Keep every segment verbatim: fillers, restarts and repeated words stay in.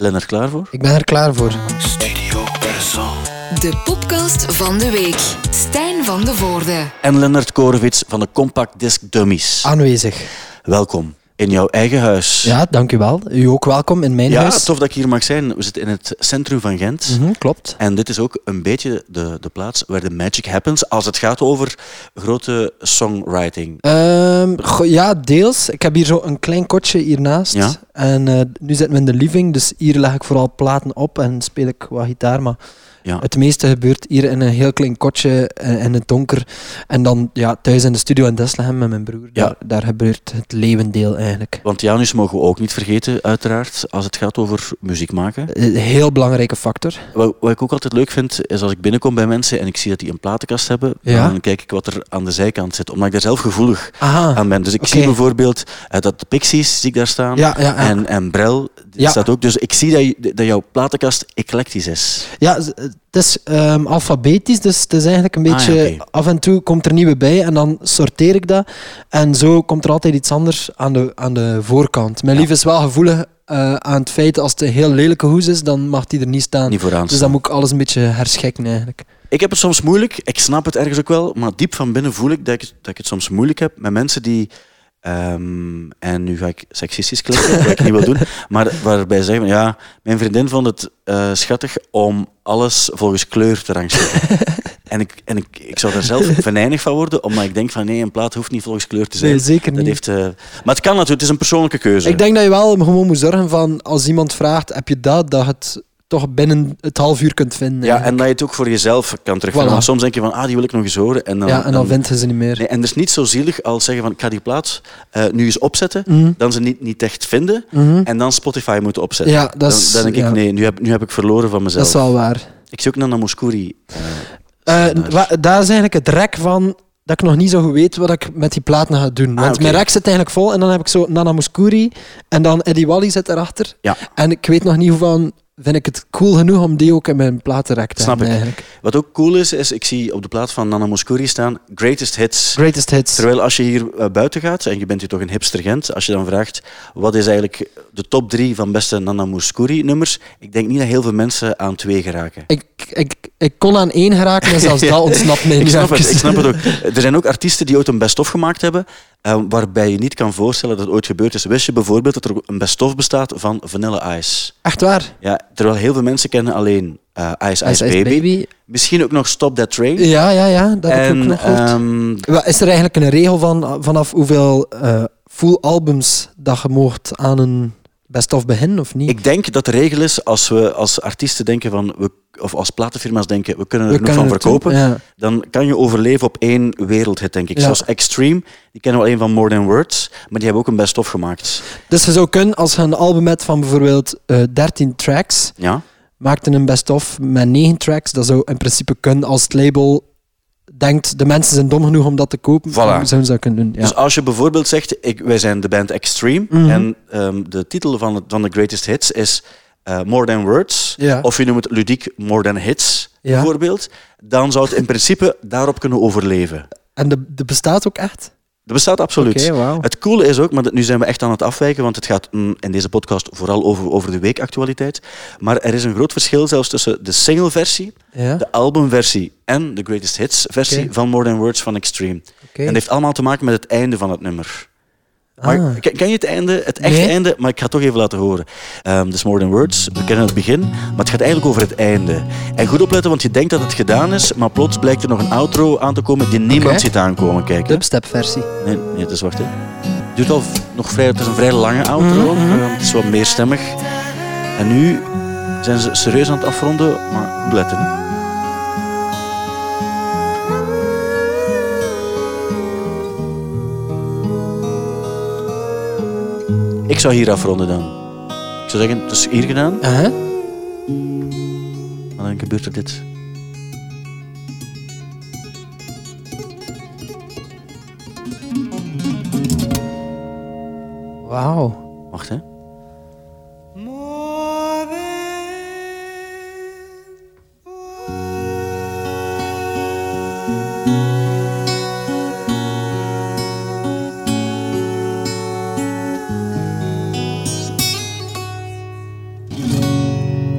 Lennart, klaar voor? Ik ben er klaar voor. Studio Brussel. De podcast van de week. Stijn van de Voorde. En Lennart Korevits van de Compact Disc Dummies. Aanwezig. Welkom in jouw eigen huis. Ja, dank u wel. U ook welkom in mijn Ja, huis. tof dat ik hier mag zijn. We zitten in het centrum van Gent. Mm-hmm, klopt. En dit is ook een beetje de, de plaats waar de magic happens als het gaat over grote songwriting. Um, go- ja, deels. Ik heb hier zo een klein kotje hiernaast. Ja. En uh, nu zitten we in de living, dus hier leg ik vooral platen op en speel ik wat gitaar. Maar Ja. het meeste gebeurt hier in een heel klein kotje uh, in het donker. En dan ja, thuis in de studio in Deslegem met mijn broer. Ja. Daar, daar gebeurt het leeuwendeel eigenlijk. Want Janus mogen we ook niet vergeten, uiteraard, als het gaat over muziek maken. Een heel belangrijke factor. Wat, wat ik ook altijd leuk vind, is als ik binnenkom bij mensen en ik zie dat die een platenkast hebben, Ja. dan kijk ik wat er aan de zijkant zit, omdat ik daar zelf gevoelig Aha. aan ben. Dus ik Oké. zie bijvoorbeeld uh, dat de Pixies zie ik daar staan Ja, ja, ja. en, en Brel die Ja. staat ook. Dus ik zie dat, je, dat jouw platenkast eclectisch is. Ja, z- het is um, alfabetisch, dus het is eigenlijk een Ah, beetje... ja, oké. Af en toe komt er nieuwe bij en dan sorteer ik dat. En zo komt er altijd iets anders aan de, aan de voorkant. Mijn Ja. lief is wel gevoelig uh, aan het feit als het een heel lelijke hoes is, dan mag die er niet staan. Niet vooraan Dus staan. dan moet ik alles een beetje herschikken eigenlijk. Ik heb het soms moeilijk, ik snap het ergens ook wel, maar diep van binnen voel ik dat ik, dat ik het soms moeilijk heb met mensen die... Um, en nu ga ik seksistisch klinken, wat ik niet wil doen, maar waarbij ze zeggen, ja, mijn vriendin vond het uh, schattig om alles volgens kleur te rangschikken. en ik, en ik, ik zou daar zelf venijnig van worden, omdat ik denk van nee, een plaat hoeft niet volgens kleur te zijn. Nee, zeker Dat niet. heeft, uh, maar het kan natuurlijk, het is een persoonlijke keuze. Ik denk dat je wel gewoon moet zorgen van, als iemand vraagt, heb je dat, dat het toch binnen het half uur kunt vinden. Ja, eigenlijk. en dat je het ook voor jezelf kan terugvinden. Voilà. Want soms denk je van, ah, die wil ik nog eens horen. En dan, ja, en dan, dan vindt je ze niet meer. Nee, en het is niet zo zielig als zeggen van ik ga die plaat uh, nu eens opzetten, Mhm. dan ze niet, niet echt vinden Mhm. en dan Spotify moeten opzetten. Ja, dat is... dan, dan denk ja, ik, nee, nu heb, nu heb ik verloren van mezelf. dat is wel waar. Ik zie ook Nana Mouskouri. Uh, Uh, wa- daar is eigenlijk het rek van dat ik nog niet zo goed weet wat ik met die platen ga doen. Ah, Want oké. mijn rek zit eigenlijk vol en dan heb ik zo Nana Mouskouri en dan Eddie Wally zit erachter. Ja. En ik weet nog niet hoe van, vind ik het cool genoeg om die ook in mijn platenrek te Snap hebben ik. eigenlijk. Wat ook cool is, is ik zie op de plaat van Nana Mouskouri staan Greatest Hits. Greatest hits. Terwijl als je hier uh, buiten gaat, en je bent hier toch een hipster Gent, als je dan vraagt wat is eigenlijk de top drie van beste Nana Mouskouri nummers, ik denk niet dat heel veel mensen aan twee geraken. Ik, ik, ik kon aan één geraken en zelfs dat ontsnapt mij Ik nu snap het, even. ik snap het ook. Er zijn ook artiesten die ooit een best-of gemaakt hebben, uh, waarbij je niet kan voorstellen dat het ooit gebeurd is. Wist je bijvoorbeeld dat er een best-of bestaat van Vanilla Ice? Echt waar? Ja, terwijl heel veel mensen kennen alleen uh, Ice Ice, Ice Baby. Ice Baby. Misschien ook nog Stop That Train. Ja, ja, ja, dat heb ik ook en, nog gehoord. um, Wa- Is er eigenlijk een regel van vanaf hoeveel uh, full albums dat je moogt aan een best-of beginnen of niet? ik denk dat de regel is, als we als artiesten denken van, we, of als platenfirma's denken, we kunnen er We genoeg van kunnen het doen, verkopen, ja. dan kan je overleven op één wereldhit, denk ik. Ja. Zoals Extreme, die kennen we alleen van More Than Words, maar die hebben ook een best-of gemaakt. Dus je zou kunnen, als je een album hebt van bijvoorbeeld uh, dertien tracks, Ja? maakte een best-of met negen tracks, dat zou in principe kunnen als het label denkt, de mensen zijn dom genoeg om dat te kopen, Voilà. dan zouden ze dat kunnen doen. Ja. Dus als je bijvoorbeeld zegt, ik, wij zijn de band Extreme Mhm. en um, de titel van, het, van de Greatest Hits is uh, More Than Words, Ja. of je noemt het ludiek More Than Hits, Ja. bijvoorbeeld, dan zou het in principe daarop kunnen overleven. En de, de bestaat ook echt? Dat bestaat absoluut. Oké, wauw. Het coole is ook, maar nu zijn we echt aan het afwijken, want het gaat mm, in deze podcast vooral over, over de weekactualiteit, maar er is een groot verschil zelfs tussen de singleversie, Ja? de albumversie en de Greatest Hits versie Oké. van More Than Words van Extreme. Oké. En dat heeft allemaal te maken met het einde van het nummer. Maar, Ah. ken, ken je het einde? Het echte Nee. einde? Maar ik ga het toch even laten horen. Um, dus More Than Words, we kennen het begin, maar het gaat eigenlijk over het einde. En goed opletten, want je denkt dat het gedaan is, maar plots blijkt er nog een outro aan te komen die niemand Oké. ziet aankomen. Kijk, hè. Dubstep versie. Nee, nee, het is wacht. Hè. Het duurt al v- nog vrij, het is een vrij lange outro. Mhm, mhm. Uh, het is wat meerstemmig. En nu zijn ze serieus aan het afronden, maar goed letten. Hè. Ik zou hier afronden dan. Ik zou zeggen, het is hier gedaan, Uh-huh. en dan gebeurt er dit. Wauw. Wacht, hè.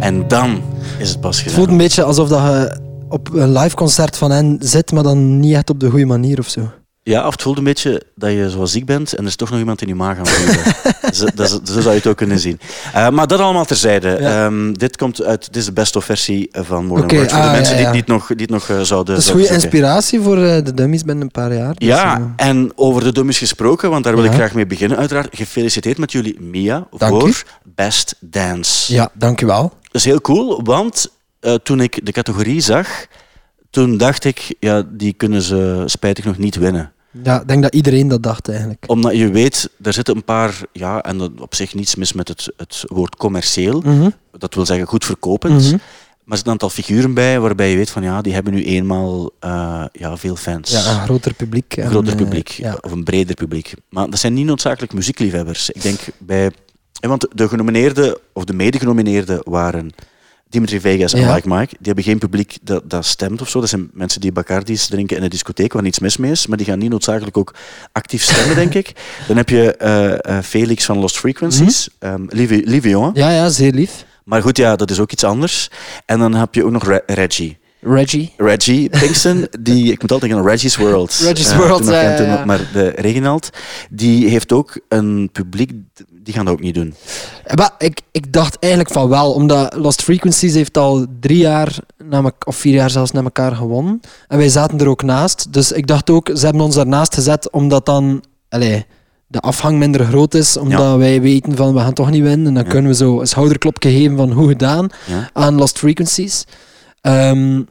En dan is het pas Het gedaan. voelt een beetje alsof dat je op een live concert van hen zit, maar dan niet echt op de goede manier of zo. Ja, of het voelt een beetje dat je zo ziek bent en er is toch nog iemand in je maag aan het voelen. zo, dat is- zo zou je het ook kunnen zien. Uh, maar dat allemaal terzijde. Ja. Um, dit, komt uit, dit is de best-of versie van More Than Oké, Words. Voor de ah, mensen ja, ja. Die, die het nog, die het nog uh, zouden Dat is zouden goede zoeken. inspiratie voor uh, de dummies binnen een paar jaar. Dus, Ja, uh, en over de dummies gesproken, want daar wil Ja. ik graag mee beginnen uiteraard. Gefeliciteerd met jullie Mia Dank voor u. Best Dance. ja, dankjewel. Dat is heel cool, want uh, toen ik de categorie zag, toen dacht ik, ja, die kunnen ze spijtig nog niet winnen. Ja, ik denk dat iedereen dat dacht eigenlijk. Omdat je weet, er zitten een paar, ja, en dat op zich niets mis met het, het woord commercieel. Mhm. Dat wil zeggen goed verkopend. Mhm. Maar er zitten een aantal figuren bij waarbij je weet van ja, die hebben nu eenmaal uh, ja, veel fans. Ja, een groter publiek. Een en, groter uh, publiek, ja. of een breder publiek. Maar dat zijn niet noodzakelijk muziekliefhebbers. Ik denk bij... eh, Want de genomineerden, of de mede-genomineerden waren Dimitri Vegas en Ja. Like Mike. Die hebben geen publiek dat, dat stemt of zo. Dat zijn mensen die Bacardi's drinken in een discotheek, waar niets mis mee is. Maar die gaan niet noodzakelijk ook actief stemmen, denk ik. Dan heb je uh, uh, Felix van Lost Frequencies. Mhm. Um, lieve, lieve jongen. ja, ja, zeer lief. Maar goed, ja, dat is ook iets anders. En dan heb je ook nog Re- Reggie. Reggie. Reggie Pinkston, die, ik moet altijd denken aan Reggie's World. Reggie's Eh, World, toen nog ja, en toen ja, nog, ja. Maar de Reginald, die heeft ook een publiek, die gaan dat ook niet doen. Maar ik, ik dacht eigenlijk van wel, omdat Lost Frequencies heeft al drie jaar, na mek- of vier jaar zelfs, na elkaar gewonnen. En wij zaten er ook naast. Dus ik dacht ook, ze hebben ons daarnaast gezet, omdat dan allee, de afhang minder groot is. Omdat Ja. wij weten van, we gaan toch niet winnen. En dan Ja. kunnen we zo een schouderklopje geven van hoe gedaan Ja? aan Lost Frequencies. Ehm,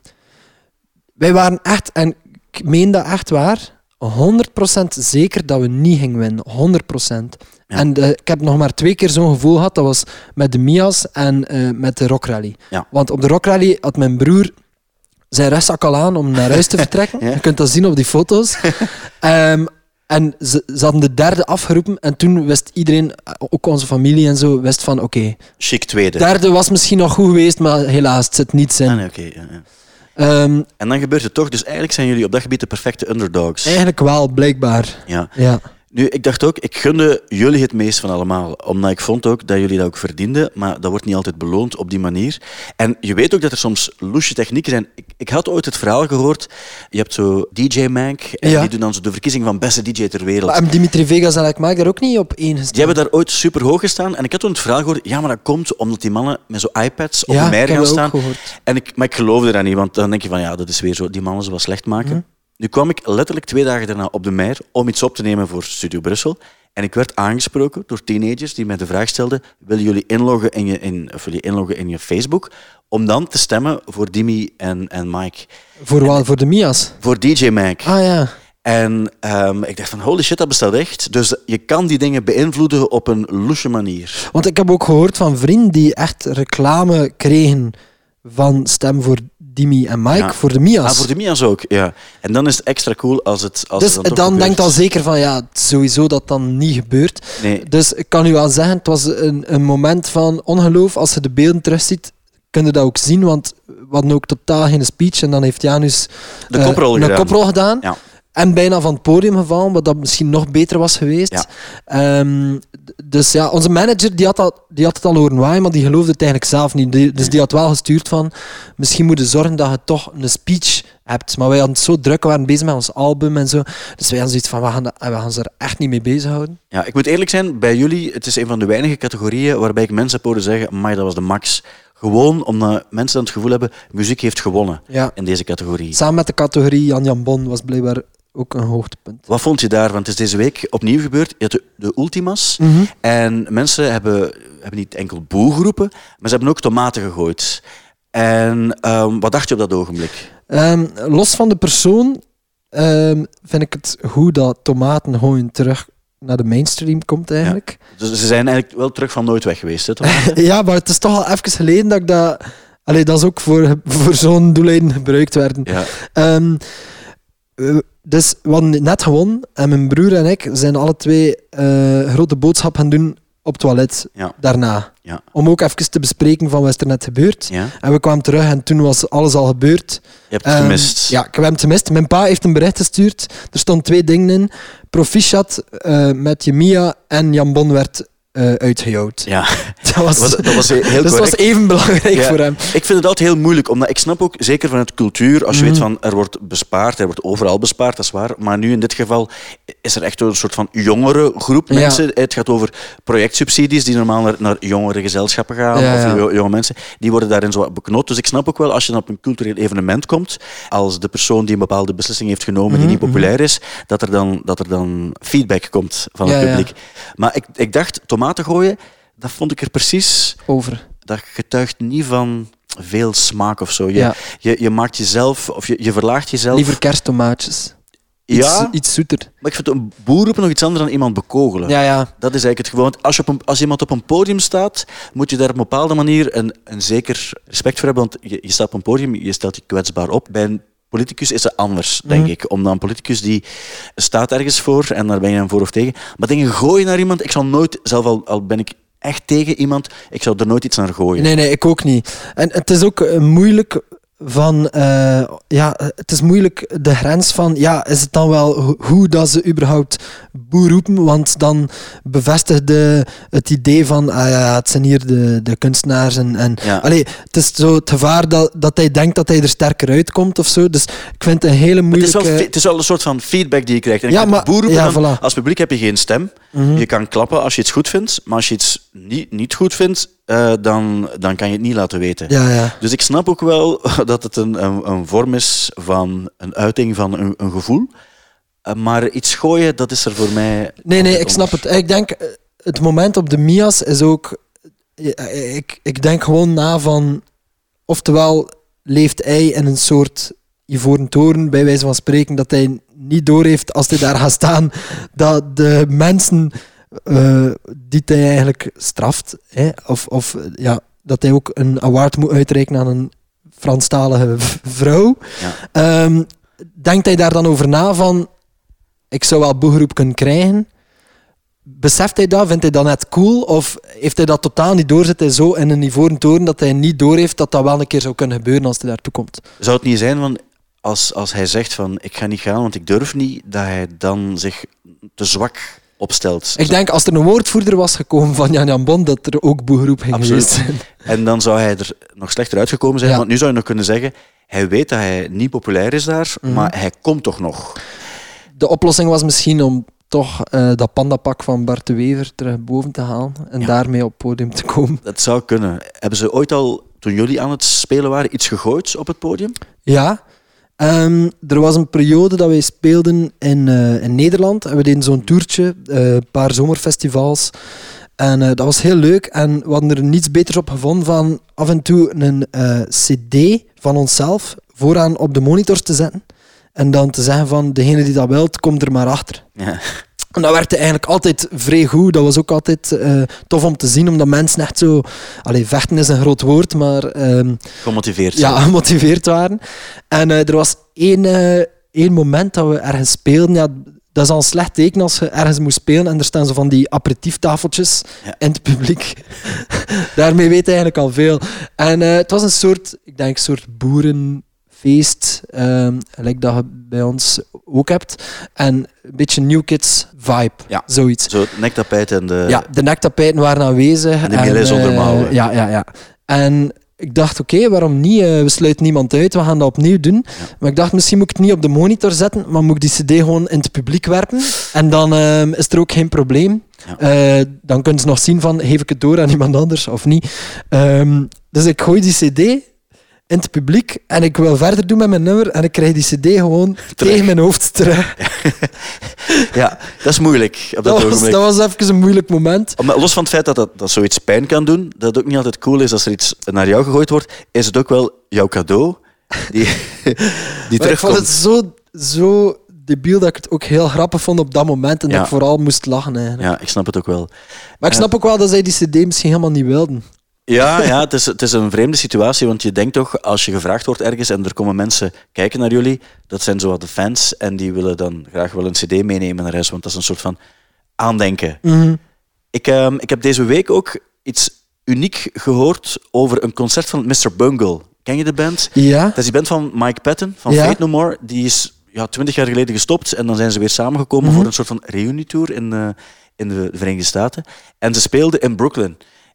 wij waren echt, en ik meen dat echt waar, honderd procent zeker dat we niet gingen winnen. honderd procent. Ja. En eh, ik heb nog maar twee keer zo'n gevoel gehad. Dat was met de Mia's en eh, met de Rock Rally. Ja. Want op de Rock Rally had mijn broer zijn restzak al aan om naar huis te vertrekken. Ja. Je kunt dat zien op die foto's. Ehm, en ze, ze hadden de derde afgeroepen. En toen wist iedereen, ook onze familie en zo, wist van oké, Chic tweede. derde was misschien nog goed geweest, maar helaas, het zit niets in. Ah, nee, oké, ja, ja. Ehm, En dan gebeurt het toch, dus eigenlijk zijn jullie op dat gebied de perfecte underdogs. eigenlijk wel, blijkbaar. Ja. Ja. Nu, ik dacht ook, ik gunde jullie het meest van allemaal. Omdat ik vond ook dat jullie dat ook verdienden, maar dat wordt niet altijd beloond op die manier. En je weet ook dat er soms loesje technieken zijn. Ik, ik had ooit het verhaal gehoord, je hebt zo D J Mank, en Ja. die doen dan zo de verkiezing van beste D J ter wereld. Maar hebben Dimitri Vegas en ik maak daar ook niet op één gestaan. Die hebben daar ooit super hoog gestaan. En ik had toen het verhaal gehoord, ja, maar dat komt omdat die mannen met zo'n iPads op Ja, de ik meer heb gaan dat ook staan. gehoord. En ik, maar ik geloofde dat niet, want dan denk je van, ja, dat is weer zo, die mannen zo wat slecht maken. Mhm. Nu kwam ik letterlijk twee dagen daarna op de Meir om iets op te nemen voor Studio Brussel. En ik werd aangesproken door teenagers die mij de vraag stelden, willen jullie inloggen in je, in, of wil je inloggen in je Facebook, om dan te stemmen voor Dimi en, en Mike. Voor wat? Voor de Mia's? Voor D J Mac. Ah ja. En um, ik dacht van, holy shit, dat bestaat echt. Dus je kan die dingen beïnvloeden op een loesje manier. Want ik heb ook gehoord van vrienden die echt reclame kregen van stem voor Dimi en Mike, Ja. voor de Mia's. Ah, voor de Mia's ook, ja. En dan is het extra cool als het als dus het dan, dan, toch denkt gebeurt. al zeker van, ja, sowieso dat dan niet gebeurt. Nee. Dus ik kan u wel zeggen, het was een, een moment van ongeloof. Als je de beelden terugziet, kun je dat ook zien, want we hadden ook totaal geen speech. En dan heeft Janus De eh, koprol een gedaan. koprol gedaan. Ja. En bijna van het podium gevallen, wat dat misschien nog beter was geweest. Ja. Ehm, d- dus ja, onze manager die had, dat, die had het al horen waaien, maar die geloofde het eigenlijk zelf niet. Die- dus die had wel gestuurd van, misschien moet je zorgen dat je toch een speech hebt. Maar wij hadden het zo druk, we waren bezig met ons album en zo. Dus wij hadden zoiets van, we gaan, dat- we gaan ze er echt niet mee bezighouden. Ja, ik moet eerlijk zijn, bij jullie, het is een van de weinige categorieën waarbij ik mensen heb horen zeggen, maar dat was de max. Gewoon omdat mensen dan het gevoel hebben, muziek heeft gewonnen Ja. in deze categorie. Samen met de categorie Jan Jan Bon was blijkbaar ook een hoogtepunt. Wat vond je daar? Want het is deze week opnieuw gebeurd. Je had de, de Ultimas. Mhm. En mensen hebben, hebben niet enkel boe geroepen, maar ze hebben ook tomaten gegooid. En ehm, wat dacht je op dat ogenblik? Ehm, los van de persoon ehm, vind ik het goed dat tomaten gewoon terug naar de mainstream komt eigenlijk. Dus ze zijn eigenlijk wel terug van nooit weg geweest, hè, toch? Ja, maar het is toch al even geleden dat ik dat... Allee, dat is ook voor, voor zo'n doeleinden gebruikt werden. Ja. Ehm, we- dus we hadden net gewonnen en mijn broer en ik zijn alle twee eh, grote boodschap gaan doen op het toilet Ja. daarna. Ja. Om ook even te bespreken van wat is er net gebeurd. Ja. En we kwamen terug en toen was alles al gebeurd. Je hebt het Ehm, gemist. Ja, ik heb hem gemist. Mijn pa heeft een bericht gestuurd. Er stonden twee dingen in. Proficiat eh, met je Mia en Jan Bon werd uh, uitgejouwd. Ja, Dat was, dat was, dat was heel dus dat was correct. even belangrijk Ja, voor hem. Ik vind het altijd heel moeilijk, omdat ik snap ook, zeker vanuit cultuur, als je weet van er wordt bespaard, er wordt overal bespaard, dat is waar, maar nu in dit geval is er echt een soort van jongere groep Ja. mensen. Het gaat over projectsubsidies die normaal naar, naar jongere gezelschappen gaan, Ja, of ja. jo- jonge mensen, die worden daarin zo wat beknot. Dus ik snap ook wel, als je dan op een cultureel evenement komt, als de persoon die een bepaalde beslissing heeft genomen, die niet populair is, dat er dan, dat er dan feedback komt van het Ja, ja. publiek. Maar ik, ik dacht, tomaten gooien, dat vond ik er precies... Over. Dat getuigt niet van veel smaak of zo. Je, Ja. je, je maakt jezelf, of je, je verlaagt jezelf. Liever kersttomaatjes. Iets, ja, iets zoeter. maar ik vind een boer roepen nog iets anders dan iemand bekogelen. Ja, ja. Dat is eigenlijk het gewoon. Als, je op een, als iemand op een podium staat, moet je daar op een bepaalde manier een, een zeker respect voor hebben. Want je, je staat op een podium, je stelt je kwetsbaar op. Bij een politicus is het anders, denk Mhm. ik. Omdat een politicus die staat ergens voor en daar ben je dan voor of tegen. Maar dingen gooien naar iemand, ik zal nooit, zelf al, al ben ik echt tegen iemand, ik zou er nooit iets naar gooien. Nee, nee, ik ook niet. En het is ook eh, moeilijk van... eh, ja, het is moeilijk de grens van... Ja, is het dan wel ho- hoe dat ze überhaupt boer roepen? Want dan bevestigde het idee van... Ah ja, het zijn hier de, de kunstenaars en... en Ja. Allee, het is zo het gevaar dat, dat hij denkt dat hij er sterker uitkomt of zo. Dus ik vind het een hele Maar het, is moeilijke... wel, fe- het is wel een soort van feedback die je krijgt. En ik Ja, vind maar- boer roepen ja, dan, voilà. als publiek heb je geen stem. Mhm. Je kan klappen als je iets goed vindt, maar als je iets niet, niet goed vindt, eh, dan, dan kan je het niet laten weten. Ja, ja. Dus ik snap ook wel dat het een, een, een vorm is van een uiting van een, een gevoel. Eh, maar iets gooien, dat is er voor mij... Nee, nee, altijd ik snap onder. het. Ik denk, eh, het moment op de Mia's is ook... ja, Ik, ik denk gewoon na van... Oftewel leeft hij in een soort ivoren toren, bij wijze van spreken, dat hij niet doorheeft als hij daar gaat staan, dat de mensen eh, die hij eigenlijk straft, hè, of, of ja, dat hij ook een award moet uitreiken aan een Franstalige v- vrouw, Ja. Ehm, denkt hij daar dan over na van ik zou wel boegeroep kunnen krijgen? Beseft hij dat? Vindt hij dat net cool? Of heeft hij dat totaal niet door? Zit hij zo in een ivoren toren dat hij niet doorheeft dat dat wel een keer zou kunnen gebeuren als hij daartoe komt? Zou het niet zijn van, als, als hij zegt van ik ga niet gaan, want ik durf niet, dat hij dan zich te zwak opstelt? Ik denk als er een woordvoerder was gekomen van Jan Jan Bon, dat er ook boegeroep ging Absoluut. geweest zijn. En dan zou hij er nog slechter uitgekomen zijn. Ja. Want nu zou je nog kunnen zeggen, hij weet dat hij niet populair is daar, Mhm. maar hij komt toch nog. De oplossing was misschien om toch eh, dat pandapak van Bart de Wever terug boven te halen en Ja. daarmee op het podium te komen. Dat zou kunnen. Hebben ze ooit al, toen jullie aan het spelen waren, iets gegooid op het podium? Ja. Ehm, er was een periode dat wij speelden in, eh, in Nederland. En we deden zo'n toertje, eh, een paar zomerfestivals. En eh, dat was heel leuk. En we hadden er niets beters op gevonden van af en toe een eh, cd van onszelf vooraan op de monitors te zetten. En dan te zeggen van, degene die dat wilt, komt er maar achter. Ja. En dat werkte eigenlijk altijd vrij goed. Dat was ook altijd eh, tof om te zien, omdat mensen echt zo... Allee, vechten is een groot woord, maar... ehm, Gemotiveerd. ja, gemotiveerd waren. En eh, er was één, eh, één moment dat we ergens speelden. Ja, dat is al een slecht teken als je ergens moet spelen en er staan zo van die aperitieftafeltjes Ja. in het publiek. Daarmee weet je eigenlijk al veel. En eh, het was een soort, ik denk, een soort boerenfeest, ehm gelijk dat je bij ons ook hebt. En een beetje New Kids vibe, Ja. zoiets. Zo het nektapijt en de... Ja, de nektapijten waren aanwezig. En de billen zonder eh, mouwen. Ja, ja, ja. En ik dacht, oké, waarom niet? Eh, we sluiten niemand uit, we gaan dat opnieuw doen. Maar ik dacht, misschien moet ik het niet op de monitor zetten, maar moet ik die cd gewoon in het publiek werpen. En dan eh, is er ook geen probleem. Ja. Eh, dan kunnen ze nog zien van, geef ik het door aan iemand anders of niet. Ehm, dus ik gooi die cd in het publiek en ik wil verder doen met mijn nummer en ik krijg die cd gewoon tegen mijn hoofd terug. Ja, dat is moeilijk op dat, Dat was, ogenblik. dat was even een moeilijk moment. Maar los van het feit dat, dat dat zoiets pijn kan doen, dat het ook niet altijd cool is als er iets naar jou gegooid wordt, is het ook wel jouw cadeau die, die Maar ik vond terugkomt. het zo, zo debiel dat ik het ook heel grappig vond op dat moment en Ja. dat ik vooral moest lachen eigenlijk. Ja, ik snap het ook wel. Maar ik snap ook wel dat zij die cd misschien helemaal niet wilden. Ja, ja het, is, het is een vreemde situatie, want je denkt toch, als je gevraagd wordt ergens en er komen mensen kijken naar jullie, dat zijn zo wat de fans en die willen dan graag wel een cd meenemen naar huis, want dat is een soort van aandenken. Ik, ehm, ik heb deze week ook iets uniek gehoord over een concert van mister Bungle. Ken je de band? Ja. Dat is die band van Mike Patton, van Ja. Fate No More. Die is ja, twintig jaar geleden gestopt en dan zijn ze weer samengekomen Mhm. voor een soort van reunietour in, eh, in de Verenigde Staten. En ze speelden in Brooklyn.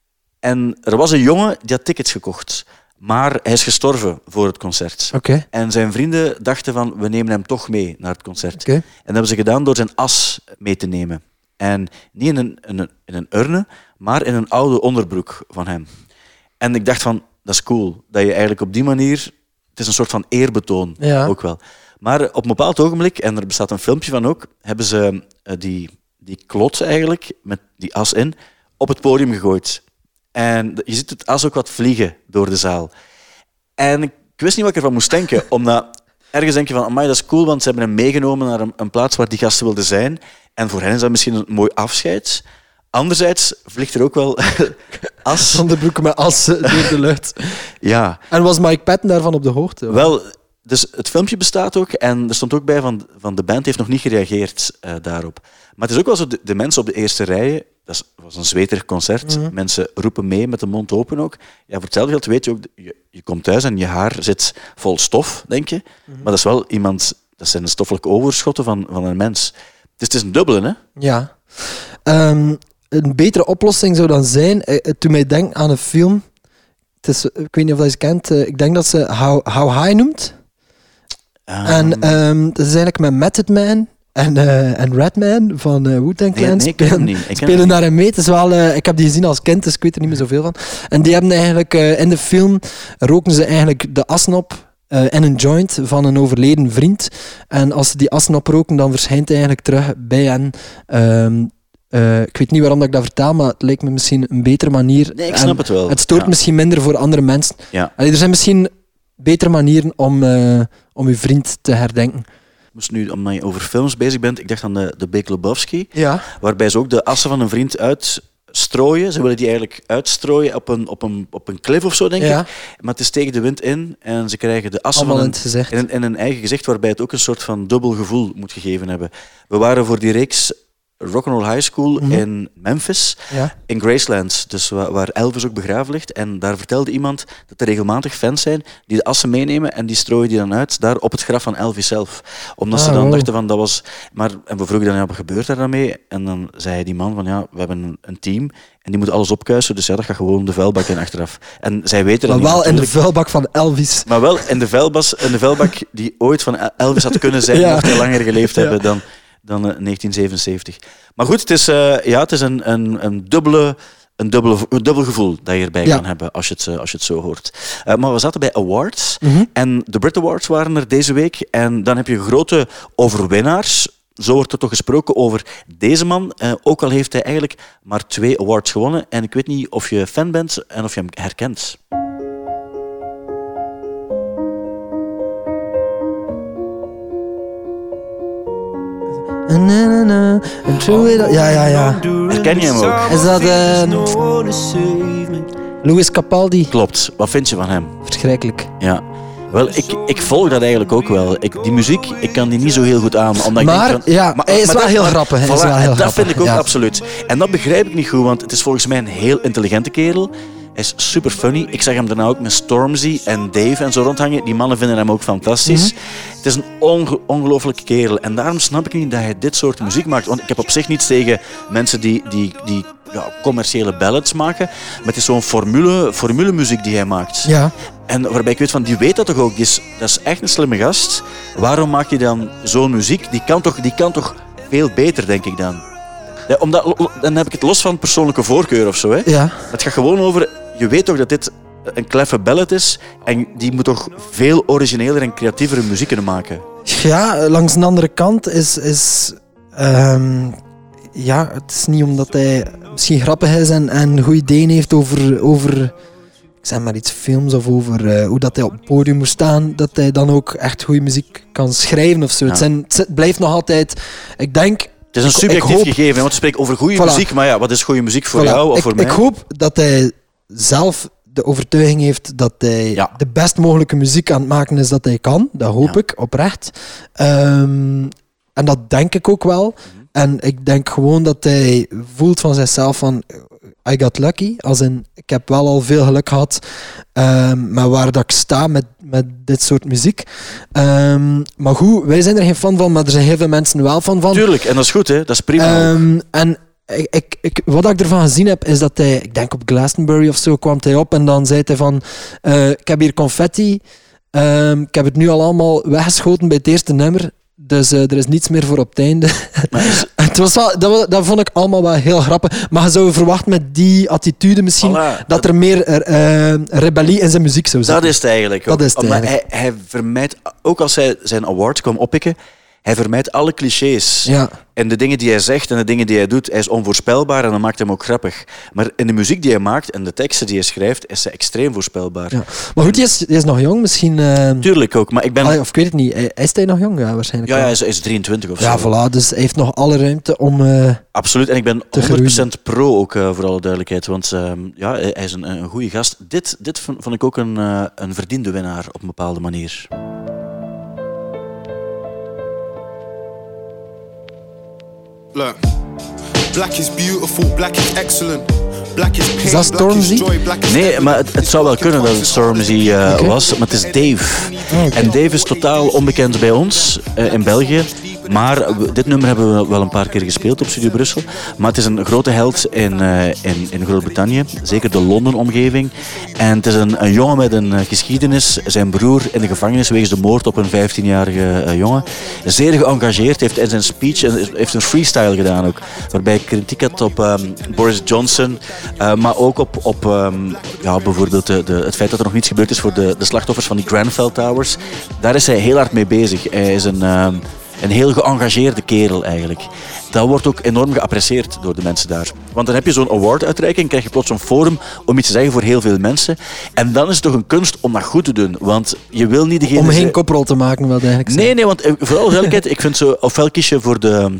En er was een jongen die had tickets gekocht. Maar hij is gestorven voor het concert. Oké. En zijn vrienden dachten van, we nemen hem toch mee naar het concert. Oké. En dat hebben ze gedaan door zijn as mee te nemen. En niet in een, in een, in een urne, maar in een oude onderbroek van hem. En ik dacht van, dat is cool. Dat je eigenlijk op die manier... Het is een soort van eerbetoon, Ja. ook wel. Maar op een bepaald ogenblik, en er bestaat een filmpje van ook, hebben ze uh, die, die klot eigenlijk, met die as in, op het podium gegooid. En je ziet het as ook wat vliegen door de zaal. En ik wist niet wat ik ervan moest denken, omdat ergens denk je van, amai, dat is cool, want ze hebben hem meegenomen naar een, een plaats waar die gasten wilden zijn. En voor hen is dat misschien een mooi afscheid. Anderzijds vliegt er ook wel as. Onderbroeken met as eh, door de lucht. Ja. En was Mike Patton daarvan op de hoogte? Wel, dus het filmpje bestaat ook en er stond ook bij van, van de band heeft nog niet gereageerd uh, daarop. Maar het is ook wel zo, de, de mensen op de eerste rijen, dat was een zweterig concert, Mhm. mensen roepen mee met de mond open ook. Ja, voor hetzelfde geld weet je ook, je, je komt thuis en je haar zit vol stof, denk je. Maar dat is wel iemand, dat zijn de stoffelijke overschotten van, van een mens. Dus het is een dubbele, hè? Ja. Ehm, een betere oplossing zou dan zijn, eh, het doet mij denken aan een film. Het is, ik weet niet of dat je ze kent. eh, Ik denk dat ze How, How High noemt. Um, En ehm, dat is eigenlijk met Method Man en, eh en Redman van uh, Wu-Tang nee, Clan. nee, ik ken hem spelen, niet. Ik ken hem spelen niet. daarin mee. Het is wel, eh, ik heb die gezien als kind, dus ik weet er niet meer zoveel van. En die hebben eigenlijk eh, in de film roken ze eigenlijk de assen op eh, en een joint van een overleden vriend. En als ze die assen oproken, dan verschijnt hij eigenlijk terug bij hen. Ehm, eh, ik weet niet waarom dat ik dat vertel, maar het lijkt me misschien een betere manier. Nee, ik En snap het wel. Het stoort Ja. misschien minder voor andere mensen. Ja. Allee, er zijn misschien betere manieren om, eh, om uw vriend te herdenken. Dus nu, omdat je over films bezig bent, ik dacht aan de, de Big Lebowski, Ja. waarbij ze ook de assen van een vriend uitstrooien. Ze willen die eigenlijk uitstrooien op een, op een, op een klif of zo, denk Ja. ik. Maar het is tegen de wind in en ze krijgen de assen Allemaal van in een, het gezicht. in, een, in een eigen gezicht, waarbij het ook een soort van dubbel gevoel moet gegeven hebben. We waren voor die reeks Rock'n'Roll High School Mhm. in Memphis, Ja. in Graceland, dus waar, waar Elvis ook begraven ligt. En daar vertelde iemand dat er regelmatig fans zijn die de assen meenemen en die strooien die dan uit daar op het graf van Elvis zelf. Omdat ze Ah, dan wow. dachten van dat was... Maar, en we vroegen dan, ja, wat gebeurt daar dan mee? En dan zei die man van, ja, we hebben een, een team en die moet alles opkuisen, dus ja, dat gaat gewoon de vuilbak in achteraf. En zij weten dat Maar niet, wel in de natuurlijk. vuilbak van Elvis. Maar wel in de, vuilbas, in de vuilbak die ooit van El- Elvis had kunnen zijn, Ja. mocht hij langer geleefd Ja. hebben dan, dan eh, negentien zevenenzeventig. Maar goed, het is, eh, ja, het is een, een, een, dubbele, een, dubbele, een dubbel gevoel dat je erbij Ja. kan hebben als je het, eh, als je het zo hoort. Eh, maar we zaten bij awards Mhm. en de Brit Awards waren er deze week en dan heb je grote overwinnaars. Zo wordt er toch gesproken over deze man, eh, ook al heeft hij eigenlijk maar twee awards gewonnen. En ik weet niet of je fan bent en of je hem herkent. Na, na, na, and through it all- Ja, ja, ja. Herken je hem ook? Is dat ehm, Louis Capaldi? Klopt. Wat vind je van hem? Verschrikkelijk. Ja. Wel, ik, ik volg dat eigenlijk ook wel. Ik, die muziek, ik kan die niet zo heel goed aan. Omdat ik Maar, denk van, ja, hij is wel dat- heel grappig, hij is voilà, wel heel dat grappig, vind ik ook ja. absoluut. En dat begrijp ik niet goed, want het is volgens mij een heel intelligente kerel. Hij is super funny. Ik zag hem daarna ook met Stormzy en Dave en zo rondhangen. Die mannen vinden hem ook fantastisch. Mhm. Het is een onge- ongelooflijke kerel. En daarom snap ik niet dat hij dit soort muziek maakt. Want ik heb op zich niets tegen mensen die, die, die ja, commerciële ballads maken. Maar het is zo'n formule, formulemuziek die hij maakt. Ja. En waarbij ik weet van, die weet dat toch ook. Die is, dat is echt een slimme gast. Waarom maak je dan zo'n muziek? Die kan toch, die kan toch veel beter, denk ik dan. Ja, omdat, dan heb ik het los van persoonlijke voorkeur of zo. Hè. Ja. Het gaat gewoon over, je weet toch dat dit een kleffe ballad is. En die moet toch veel origineler en creatievere muziek kunnen maken. Ja, langs de andere kant is... is ehm, ja, het is niet omdat hij misschien grappig is en, en goede ideeën heeft over, over... Ik zeg maar iets films of over eh, hoe dat hij op het podium moet staan, dat hij dan ook echt goede muziek kan schrijven of zo. Ja. Het, zijn, het blijft nog altijd... Ik denk... Het is een Ik- subjectief ik hoop- gegeven, hè, want we spreken over goede Voilà. muziek. Maar ja, wat is goede muziek voor Voilà. jou of ik, voor mij? Ik hoop dat hij zelf de overtuiging heeft dat hij Ja. de best mogelijke muziek aan het maken is dat hij kan. Dat hoop Ja. ik, oprecht. Ehm, en dat denk ik ook wel. Mhm. En ik denk gewoon dat hij voelt van zichzelf van... I got lucky. Als in, ik heb wel al veel geluk gehad. ehm, maar waar dat ik sta met, met dit soort muziek. Ehm, maar goed, wij zijn er geen fan van, maar er zijn heel veel mensen wel fan van. Tuurlijk, en dat is goed, hè? Dat is prima. ook. Ehm, en ik, ik, ik, wat ik ervan gezien heb, is dat hij, ik denk op Glastonbury of zo, kwam hij op en dan zei hij van, uh, ik heb hier confetti, um, ik heb het nu al allemaal weggeschoten bij het eerste nummer, dus uh, er is niets meer voor op het einde. Het was wel, dat, dat vond ik allemaal wel heel grappig, maar je zou verwachten met die attitude misschien, Voilà, dat er meer uh, rebellie in zijn muziek zou zitten. Dat is het eigenlijk. Dat is het maar eigenlijk. Hij, hij vermijdt, ook als hij zijn award kwam oppikken, hij vermijdt alle clichés. Ja. En de dingen die hij zegt en de dingen die hij doet, hij is onvoorspelbaar en dat maakt hem ook grappig. Maar in de muziek die hij maakt en de teksten die hij schrijft, is hij extreem voorspelbaar. Ja. Maar goed, die is, die is nog jong, misschien... Uh... Tuurlijk ook, maar ik ben... Allee, of ik weet het niet. Is hij nog jong? Ja, waarschijnlijk. Ja, wel. hij is, hij is drieëntwintig of Ja, zo. voilà. Dus hij heeft nog alle ruimte om... Uh... Absoluut, en ik ben Te honderd procent pro ook, uh, voor alle duidelijkheid. Want uh, ja, hij is een, een goede gast. Dit, dit vond, vond ik ook een, uh, een verdiende winnaar op een bepaalde manier. Look, black is beautiful, black is excellent. Black is pain, Is dat black is Stormzy? joy, black is Nee, maar het, het zou wel kunnen dat het Stormzy uh, Oké. was, maar het is Dave. Oh, okay. En Dave is totaal onbekend bij ons, uh, in België. Maar we- dit nummer hebben we wel een paar keer gespeeld op Studio Brussel. Maar het is een grote held in, uh, in, in Groot-Brittannië, zeker de Londen-omgeving. En het is een, een jongen met een uh, geschiedenis. Zijn broer in de gevangenis wegens de moord op een vijftienjarige uh, jongen. Zeer geëngageerd, heeft in zijn speech uh, heeft een freestyle gedaan ook. Waarbij hij kritiek had op um, Boris Johnson, uh, maar ook op, op um, ja, bijvoorbeeld de, de, het feit dat er nog niets gebeurd is voor de, de slachtoffers van die Grenfell Towers. Daar is hij heel hard mee bezig. Hij is een... Um, Een heel geëngageerde kerel eigenlijk. Dat wordt ook enorm geapprecieerd door de mensen daar. Want dan heb je zo'n award-uitreiking, krijg je plots een forum om iets te zeggen voor heel veel mensen. En dan is het toch een kunst om dat goed te doen. Want je wil niet degene... Om geen zijn- koprol te maken, wat eigenlijk Nee, nee, want eh, vooral duidelijkheid, ik vind zo, ofwel kies je voor de...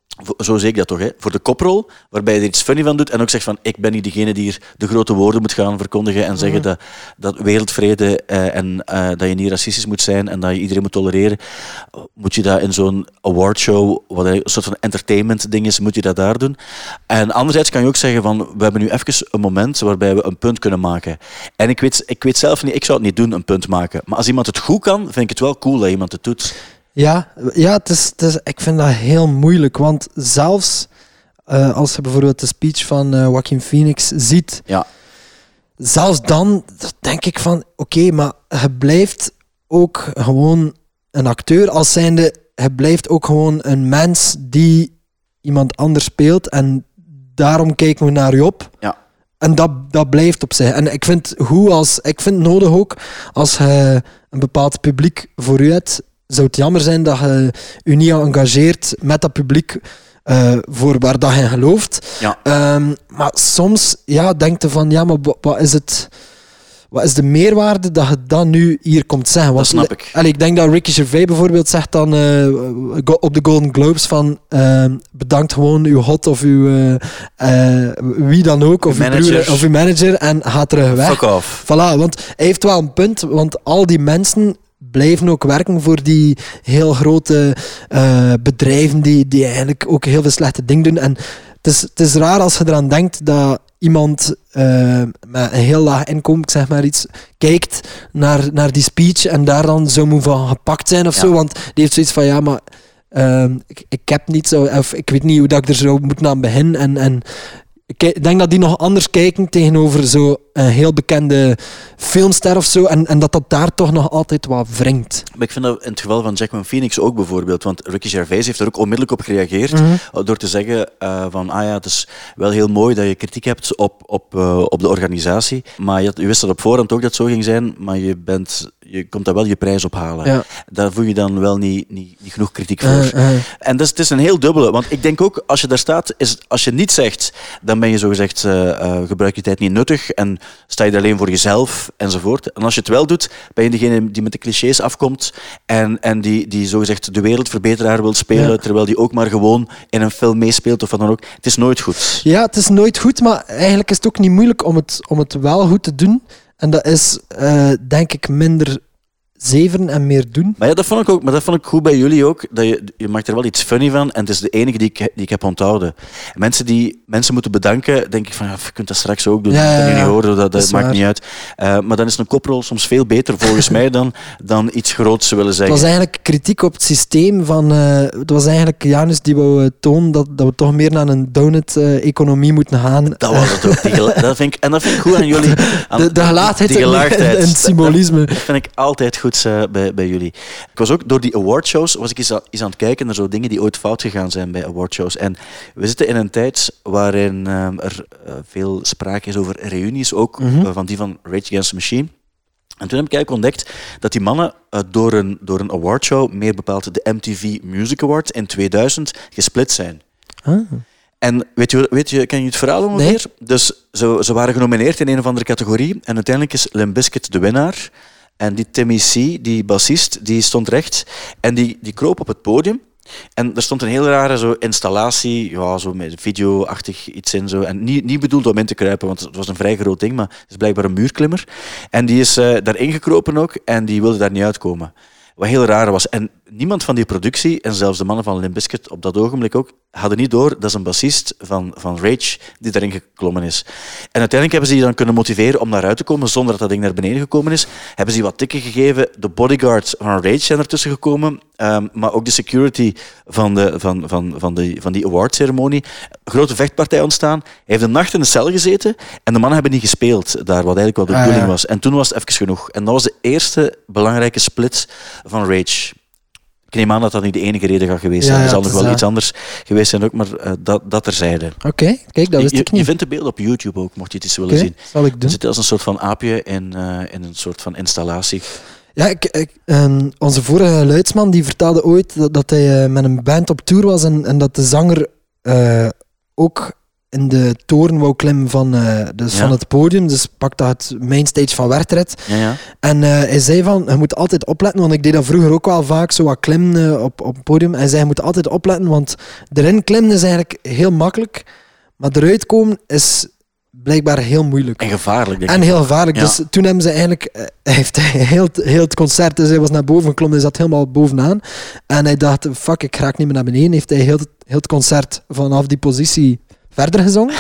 Zo zie ik dat toch, hè? Voor de koprol, waarbij je er iets funny van doet en ook zegt van ik ben niet degene die hier de grote woorden moet gaan verkondigen en zeggen dat, dat wereldvrede eh, en eh, dat je niet racistisch moet zijn en dat je iedereen moet tolereren. Moet je dat in zo'n awardshow, wat een soort van entertainment ding is, moet je dat daar doen. En anderzijds kan je ook zeggen van we hebben nu even een moment waarbij we een punt kunnen maken. En ik weet, ik weet zelf niet, ik zou het niet doen, een punt maken. Maar als iemand het goed kan, vind ik het wel cool dat iemand het doet. Ja, ja het is, het is, ik vind dat heel moeilijk. Want zelfs uh, als je bijvoorbeeld de speech van uh, Joaquin Phoenix ziet, Ja. zelfs dan denk ik van, oké, okay, maar je blijft ook gewoon een acteur als zijnde, je blijft ook gewoon een mens die iemand anders speelt en daarom kijken we naar je op. Ja. En dat, dat blijft op zich. En ik vind, hoe als, ik vind het nodig ook, als je een bepaald publiek voor u hebt, zou het jammer zijn dat je je niet engageert met dat publiek uh, voor waar dat je gelooft. Ja. Um, maar soms ja, denk je van, ja, maar wa- wat is het... Wat is de meerwaarde dat je dat nu hier komt zeggen? Want, Dat snap ik. Allee, ik denk dat Ricky Gervais bijvoorbeeld zegt dan uh, go- op de Golden Globes van uh, bedankt gewoon uw hot of uw uh, uh, wie dan ook, of Uw uw manager. broer of uw manager en gaat terug weg. Fuck off. Voilà, want hij heeft wel een punt, want al die mensen blijven ook werken voor die heel grote uh, bedrijven die, die eigenlijk ook heel veel slechte dingen doen. En het is, het is raar als je eraan denkt dat iemand uh, met een heel laag inkomen, ik zeg maar iets, kijkt naar, naar die speech en daar dan zo moet van gepakt zijn of Ja. zo, want die heeft zoiets van, ja, maar uh, ik, ik heb niet zo, of ik weet niet hoe dat ik er zou moeten aan beginnen en, en ik denk dat die nog anders kijken tegenover zo een heel bekende filmster of zo. En, en dat dat daar toch nog altijd wat wringt. Maar ik vind dat in het geval van Joaquin Phoenix ook bijvoorbeeld. Want Ricky Gervais heeft er ook onmiddellijk op gereageerd. Mhm. Door te zeggen uh, van, ah ja, het is wel heel mooi dat je kritiek hebt op, op, uh, op de organisatie. Maar je, had- je wist dat op voorhand ook dat het zo ging zijn. Maar je, bent, je komt daar wel je prijs op halen. Ja. Daar voel je dan wel niet, niet, niet genoeg kritiek voor. Uh, uh. En dus, het is een heel dubbele. Want ik denk ook, als je daar staat, is, als je niet zegt, dan ben je zogezegd, uh, uh, gebruik je tijd niet nuttig en sta je er alleen voor jezelf enzovoort. En als je het wel doet, ben je degene die met de clichés afkomt en, en die, die zogezegd de wereldverbeteraar wil spelen, Ja. terwijl die ook maar gewoon in een film meespeelt of wat dan ook. Het is nooit goed. Ja, het is nooit goed, maar eigenlijk is het ook niet moeilijk om het, om het wel goed te doen. En dat is, uh, denk ik, minder zeveren en meer doen. Maar ja, dat vond ik ook, maar dat vond ik goed bij jullie ook. Dat je, je maakt er wel iets funny van en het is de enige die ik, die ik heb onthouden. Mensen die mensen moeten bedanken, denk ik van, ja, je kunt dat straks ook doen. Ja, Dat ja, kan je ja. niet horen, dat, dat, Dat is maakt waar. niet uit. Uh, maar dan is een koprol soms veel beter, volgens mij, dan, dan iets groots willen Het zeggen. was eigenlijk kritiek op het systeem van... Uh, het was eigenlijk Janus die wou uh, tonen dat, dat we toch meer naar een donut-economie moeten gaan. Dat was het ook. Die gela- dat vind ik, en dat vind ik goed aan jullie. Aan De, de gelaatheid die en- gelaagdheid. en het symbolisme. Dat vind ik altijd goed uh, bij, bij jullie. Ik was ook door die awardshows was ik eens, a, eens aan het kijken naar zo dingen die ooit fout gegaan zijn bij awardshows. En we zitten in een tijd waarin um, er uh, veel sprake is over reunies, ook Mhm. uh, van die van Rage Against the Machine. En toen heb ik eigenlijk ontdekt dat die mannen uh, door, een, door een awardshow, meer bepaald de M T V Music Awards in tweeduizend, gesplit zijn. Ah. En weet je, weet je, ken je het verhaal ongeveer? Nee. Dus ze, ze waren genomineerd in een of andere categorie en uiteindelijk is Limp Bizkit de winnaar. En die Timmy C, die bassist, die stond recht en die, die kroop op het podium. En er stond een heel rare zo installatie, ja, zo met video-achtig iets in. Zo. En niet, niet bedoeld om in te kruipen, want het was een vrij groot ding, maar het is blijkbaar een muurklimmer. En die is uh, daarin gekropen ook en die wilde daar niet uitkomen. Wat heel raar was. En niemand van die productie, en zelfs de mannen van Limp Bizkit op dat ogenblik ook, hadden niet door, dat is een bassist van, van Rage die daarin geklommen is. En uiteindelijk hebben ze die dan kunnen motiveren om daaruit te komen, zonder dat dat ding naar beneden gekomen is. Hebben ze die wat tikken gegeven. De bodyguards van Rage zijn ertussen gekomen, um, maar ook de security van, de, van, van, van, de, van die awardceremonie. Grote vechtpartij ontstaan. Hij heeft een nacht in de cel gezeten en de mannen hebben niet gespeeld daar, wat eigenlijk wel de Ah, bedoeling ja. was. En toen was het even genoeg. En dat was de eerste belangrijke split van Rage. Ik neem aan dat dat niet de enige reden gaat geweest zijn. Ja, er ja, zal het nog is wel dat. iets anders geweest zijn ook, maar uh, dat, dat terzijde. Oké, okay, kijk, dat wist je, ik je niet. vindt de beelden op YouTube ook, mocht je het eens willen Oké, zien. zal ik Je doen. zit als een soort van aapje in, uh, in een soort van installatie. Ja, ik, ik, um, onze vorige luidsman die vertelde ooit dat, dat hij uh, met een band op tour was en, en dat de zanger uh, ook in de toren wou klimmen van, uh, dus Ja. van het podium. Dus pak dat het mainstage van Werteret. Ja, ja. En uh, hij zei van, je moet altijd opletten, want ik deed dat vroeger ook wel vaak, zo wat klimmen uh, op, op het podium. En hij zei, je moet altijd opletten, want erin klimmen is eigenlijk heel makkelijk, maar eruit komen is blijkbaar heel moeilijk. En gevaarlijk, denk En ik. heel gevaarlijk. Ja. Dus toen hebben ze eigenlijk... eh, Hij heeft heel, het- heel het concert... Dus hij was naar boven geklommen. Hij zat helemaal bovenaan. En hij dacht, fuck, ik raak niet meer naar beneden. Heeft hij heel, het- heel het concert vanaf die positie verder gezongen.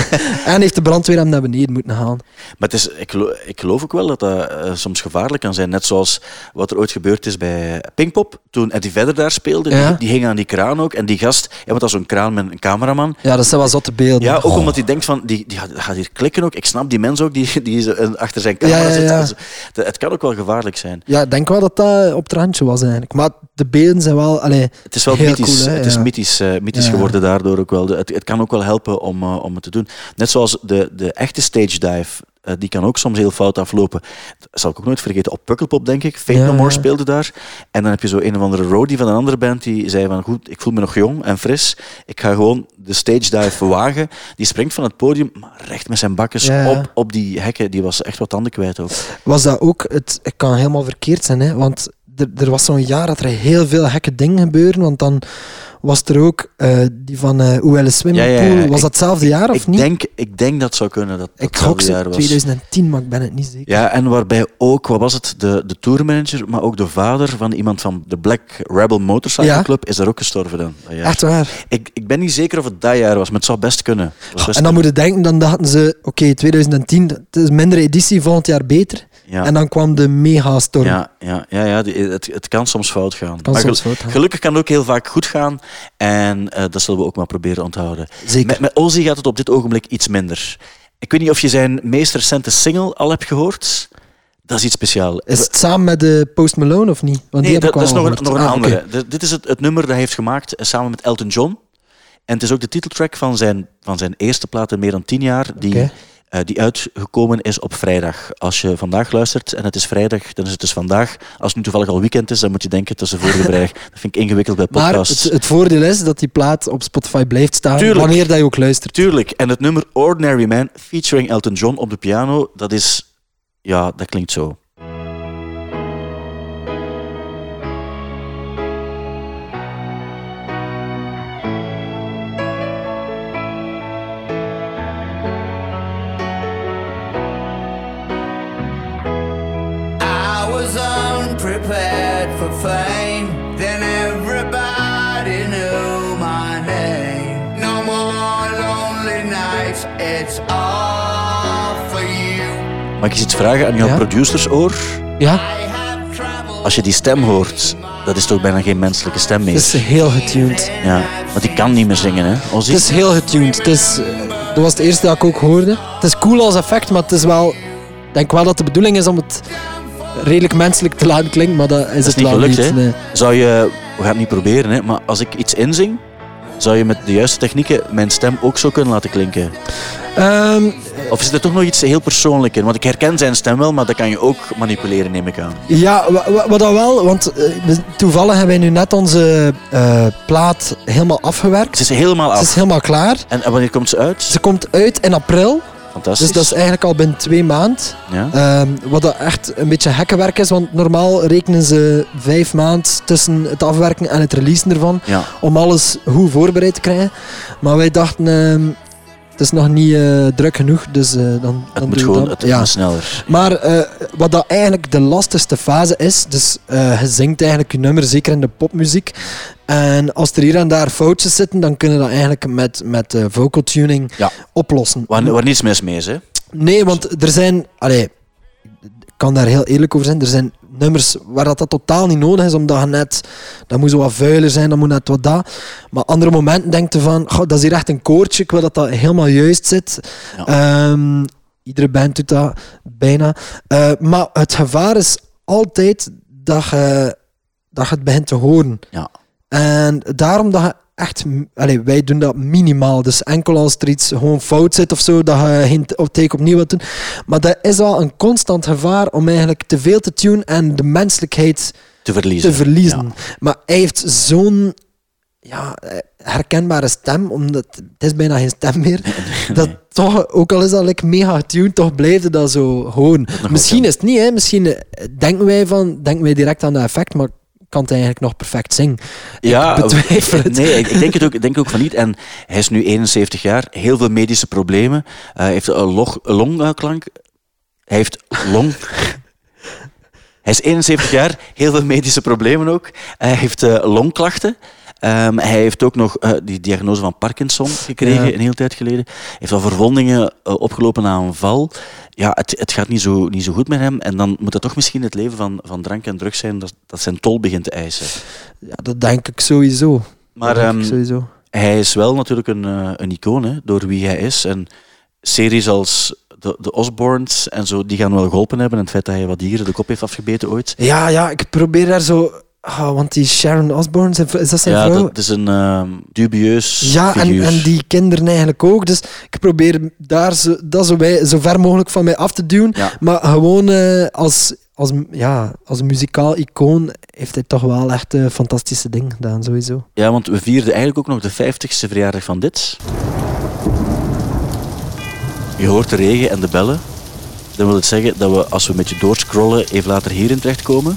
En heeft de brandweer hem naar beneden moeten halen. Maar het is, ik, gelo- ik geloof ook wel dat dat uh, soms gevaarlijk kan zijn. Net zoals wat er ooit gebeurd is bij Pinkpop. Toen Eddie Vedder daar speelde. Ja. Die, die hing aan die kraan ook. En die gast... Ja, want dat is zo'n kraan met een cameraman. Ja, dat zijn wel zotte beelden. Ja, ook Oh. omdat hij denkt van, die, die gaat, gaat hier klikken ook. Ik snap die mens ook, die, die zo, uh, achter zijn Ja, camera ja, zit. ja. Dus, het, het kan ook wel gevaarlijk zijn. Ja, ik denk wel dat dat op het randje was eigenlijk. Maar de beelden zijn wel... Allee, Het is wel heel mythisch, cool, hè? het is Ja. mythisch, uh, mythisch Ja. geworden daardoor ook wel. De- Het, het kan ook wel helpen om, uh, om het te doen. Net zoals de, de echte stage dive, uh, die kan ook soms heel fout aflopen. Dat zal ik ook nooit vergeten. Op Pukkelpop, denk ik. Fate Ja, No More ja. speelde daar. En dan heb je zo een of andere roadie van een andere band die zei van, goed, ik voel me nog jong en fris. Ik ga gewoon de stage dive wagen. Die springt van het podium, maar recht met zijn bakkes Ja, ja. op, op die hekken. Die was echt wat tanden kwijt ook. was dat ook... Het, het kan helemaal verkeerd zijn, hè. Want er, er was zo'n jaar dat er heel veel gekke dingen gebeuren. Want dan was er ook uh, die van uh, Oele Swimmingpool. Ja, ja, ja. Was dat hetzelfde jaar of ik niet? Denk, ik denk dat zou kunnen dat dat ik gok hetzelfde jaar ze was. twintig tien, maar ik ben het niet zeker. Ja, en waarbij ook, wat was het, de, de tourmanager, maar ook de vader van iemand van de Black Rebel Motorcycle Ja. Club is daar ook gestorven dan. Dat jaar. Echt waar. Ik, ik ben niet zeker of het dat jaar was, maar het zou best kunnen. Het zou best En dan kunnen. moet je denken, dan dachten ze, oké, twintig tien, het is een mindere editie, volgend jaar beter. Ja. En dan kwam de megastorm. Ja, ja, ja, ja die- het, het kan soms fout gaan. kan maar soms gel- fout gaan. gelukkig kan het ook heel vaak goed gaan. En eh, dat zullen we ook maar proberen onthouden. Zeker. Met, met Ozzy gaat het op dit ogenblik iets minder. Ik weet niet of je zijn meest recente single al hebt gehoord. Dat is iets speciaals. Is het samen met de Post Malone of niet? Want Nee, die heb dat, ik dat is wel nog een, gehoord. nog een Ah, andere. oké. D- dit is het, het nummer dat hij heeft gemaakt eh, samen met Elton John. En het is ook de titeltrack van zijn, van zijn eerste plaat in meer dan tien jaar, die, Oké. eh, die uitgekomen is op vrijdag. Als je vandaag luistert en het is vrijdag, dan is het dus vandaag. Als het nu toevallig al weekend is, dan moet je denken, het is de vorige vrijdag. Dat vind ik ingewikkeld bij Maar podcasts. het, het voordeel is dat die plaat op Spotify blijft staan, Tuurlijk. wanneer dat je ook luistert. Tuurlijk. En het nummer Ordinary Man, featuring Elton John op de piano, dat is... Ja, dat klinkt zo. I was unprepared prepared for fame, then everybody knew my name. No more lonely nights, it's all for you. Mag ik eens iets vragen aan jouw Ja? producersoor? Ja, Als je die stem hoort, dat is toch bijna geen menselijke stem meer. het is heel getuned. Ja, want die kan niet meer zingen, hè? Ozzy? Het is heel getuned. Het is, eh, dat was het eerste dat ik ook hoorde. Het is cool als effect, maar het is wel... Ik denk wel dat de bedoeling is om het redelijk menselijk te laten klinken, maar dat is, Dat is het niet wel gelukt, niet. hè? Nee. Zou je, we gaan het niet proberen, hè? Maar als ik iets inzing, zou je met de juiste technieken mijn stem ook zo kunnen laten klinken? Ehm, Of is er toch nog iets heel persoonlijks in? Want ik herken zijn stem wel, maar dat kan je ook manipuleren, neem ik aan. ja, wa- wa- wat dat wel, want eh, we- toevallig hebben wij nu net onze eh, plaat helemaal afgewerkt. Het is helemaal Ze af. is helemaal klaar. En, en wanneer komt ze uit? Ze komt uit in april, Fantastisch. dus dat is eigenlijk al binnen twee maanden. Ja? Ehm, wat dat echt een beetje hekkenwerk is, want normaal rekenen ze vijf maanden tussen het afwerken en het releasen ervan, Ja. om alles goed voorbereid te krijgen. Maar wij dachten, ehm, het is nog niet eh, druk genoeg, dus eh, dan, dan Het doen moet we gewoon dat. het Ja. moet sneller. Maar eh, wat dat eigenlijk de lastigste fase is, dus eh, je zingt eigenlijk je nummer, zeker in de popmuziek. En als er hier en daar foutjes zitten, dan kunnen we dat eigenlijk met, met uh, vocal tuning Ja. oplossen. Waar, waar niets mis mee is, hè? Nee, want er zijn... Allee, ik kan daar heel eerlijk over zijn. Er zijn nummers waar dat, dat totaal niet nodig is, omdat je net... Dat moet zo wat vuiler zijn, dat moet net wat dat. Maar andere momenten denk je van... Goh, dat is hier echt een koortje, ik wil dat dat helemaal juist zit. Ja. Ehm, iedere band doet dat, bijna. Eh, maar het gevaar is altijd dat je, dat je het begint te horen. Ja. En daarom dat je echt... Allee, wij doen dat minimaal. Dus enkel als er iets gewoon fout zit of zo, dat je geen t- take opnieuw wilt doen. Maar dat is al een constant gevaar om eigenlijk te veel te tunen en de menselijkheid Te verliezen. te verliezen. Ja. Maar hij heeft zo'n ja, eh, herkenbare stem, omdat het is bijna geen stem meer. Dat toch, ook al is dat like, mega getuned, toch blijft dat zo horen. Misschien wel. is het niet, hè. Misschien eh, denken wij, van, denken wij direct aan dat effect, maar kan het eigenlijk nog perfect zingen. Ja, Ik betwijfel het. Nee, ik, ik denk het ook, ik denk ook van niet. En hij is nu eenenzeventig jaar, heel veel medische problemen. Uh, hij heeft een log- een longklank. Hij heeft long. Hij is eenenzeventig jaar, heel veel medische problemen ook. Hij heeft uh, longklachten. Um, hij heeft ook nog uh, die diagnose van Parkinson gekregen, Ja. een hele tijd geleden. Hij heeft al verwondingen uh, opgelopen na een val. Ja, het, het gaat niet zo, niet zo goed met hem. En dan moet dat toch misschien het leven van, van drank en drugs zijn dat, dat zijn tol begint te eisen. Ja, dat denk ik sowieso. Maar dat denk ik um, sowieso. hij is wel natuurlijk een, uh, een icoon, hè, door wie hij is. En series als de, de Osbournes en zo, die gaan wel geholpen hebben. En het feit dat hij wat dieren de kop heeft afgebeten ooit. Ja, ja, ik probeer daar zo... Ah, want die Sharon Osbourne, zijn v- is dat zijn Ja, vrouw? dat is een uh, dubieus Ja, en, figuur. en die kinderen eigenlijk ook. Dus ik probeer daar zo, dat zo, bij, zo ver mogelijk van mij af te duwen. Ja. Maar gewoon uh, als, als, ja, als muzikaal icoon heeft hij toch wel echt uh, fantastische dingen gedaan, sowieso. Ja, want we vierden eigenlijk ook nog de vijftigste verjaardag van dit. Je hoort de regen en de bellen. Dan wil het zeggen dat we, als we een beetje doorscrollen, even later hierin terechtkomen.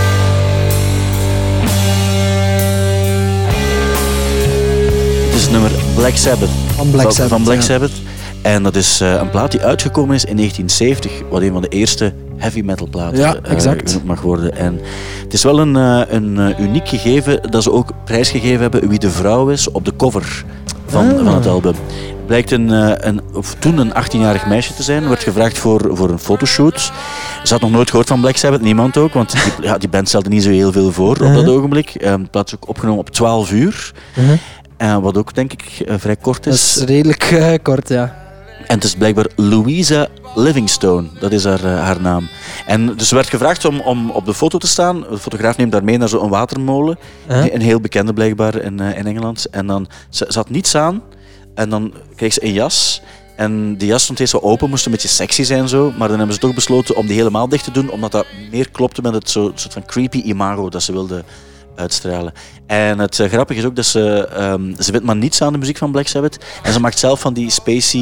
Het is het nummer Black Sabbath. Van Black Sabbath, Van Black ja. Sabbath. En dat is uh, een plaat die uitgekomen is in negentien zeventig, wat een van de eerste heavy metal platen Ja, uh, exact. genoemd mag worden. En het is wel een, uh, een uh, uniek gegeven dat ze ook prijsgegeven hebben wie de vrouw is op de cover van, Ah. van het album. Blijkt een, uh, een, of toen een achttienjarig meisje te zijn, werd gevraagd voor, voor een fotoshoot. Ze had nog nooit gehoord van Black Sabbath, niemand ook, want die, ja, die band stelde niet zo heel veel voor op dat Uh-huh. ogenblik. Um, de plaat is ook opgenomen op twaalf uur, Uh-huh. uh, wat ook denk ik uh, vrij kort Dat is. is redelijk uh, kort, ja. En het is blijkbaar Louisa Livingstone, dat is haar, uh, haar naam. En dus ze werd gevraagd om, om op de foto te staan. De fotograaf neemt haar mee naar zo'n watermolen. Uh-huh. Een heel bekende blijkbaar in, uh, in Engeland. En dan, ze, ze had niets aan. En dan kreeg ze een jas. En die jas stond eerst zo open, moest een beetje sexy zijn zo. Maar dan hebben ze toch besloten om die helemaal dicht te doen, omdat dat meer klopte met het zo, soort van creepy imago dat ze wilde uitstralen. En het uh, grappige is ook dat ze... Um, ze vindt maar niets aan de muziek van Black Sabbath. En ze maakt zelf van die spacey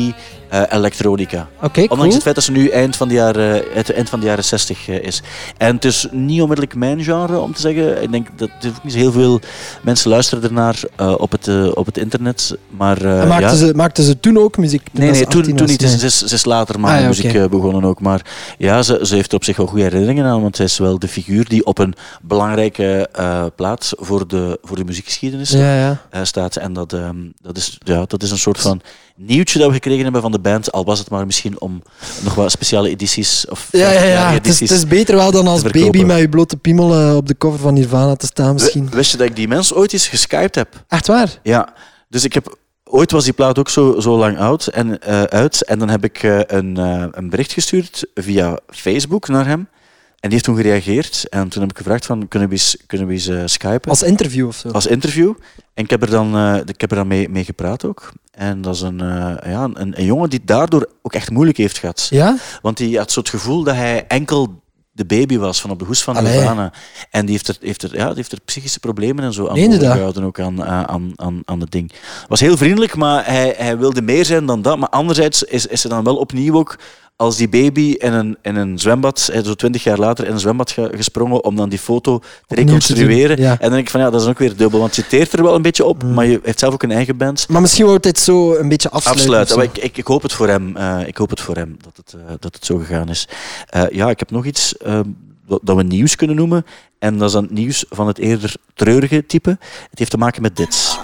Uh, elektronica. Oké, okay, Ondanks cool. het feit dat ze nu eind van de jaren, het eind van de jaren zestig uh, is. En het is niet onmiddellijk mijn genre, om te zeggen. Ik denk dat er niet zo heel veel mensen luisteren ernaar uh, op, het, uh, op het internet. Maar, uh, en maakten, ja. ze, maakten ze toen ook muziek? Toen Nee, nee, toen, toen toen niet. Nee. Ze is, ze is later maar ah, ja, muziek okay. uh, begonnen ook. Maar ja, ze, ze heeft er op zich wel goede herinneringen aan, want zij is wel de figuur die op een belangrijke uh, plaats voor de, voor de muziekgeschiedenis ja, ja. Uh, staat. En dat, um, dat, is, ja, dat is een soort van nieuwtje dat we gekregen hebben van de band, al was het maar misschien om nog wat speciale edities of ja, ja, ja. Het, is, edities het is beter wel dan als baby met je blote piemel uh, op de cover van Nirvana te staan misschien. W- wist je dat ik die mens ooit eens geskyped heb? Echt waar? Ja, dus ik heb... Ooit was die plaat ook zo, zo lang oud en, uh, uit en dan heb ik uh, een, uh, een bericht gestuurd via Facebook naar hem. En die heeft toen gereageerd en toen heb ik gevraagd van, kunnen we eens, kunnen we eens uh, skypen? Als interview of zo? Als interview. En ik heb er dan, uh, ik heb er dan mee, mee gepraat ook. En dat is een, uh, ja, een, een jongen die daardoor ook echt moeilijk heeft gehad. Ja? Want die had zo het gevoel dat hij enkel de baby was van op de hoes van Nirvana. En die heeft er, heeft, er, ja, die heeft er psychische problemen en zo aan overgehouden, ook aan, aan, aan, aan het ding. Was heel vriendelijk, maar hij, hij wilde meer zijn dan dat. Maar anderzijds is, is er dan wel opnieuw ook als die baby in een, in een zwembad, zo twintig jaar later in een zwembad ge, gesprongen om dan die foto te reconstrueren. Te ja. En dan denk ik van ja, dat is ook weer dubbel, want je citeert er wel een beetje op, mm. maar je heeft zelf ook een eigen band. Maar misschien wordt dit zo een beetje afsluiten. Afsluiten. Ik, ik, ik hoop het voor hem, uh, ik hoop het voor hem dat het, uh, dat het zo gegaan is. Uh, ja, ik heb nog iets uh, dat we nieuws kunnen noemen. En dat is dan het nieuws van het eerder treurige type. Het heeft te maken met dit.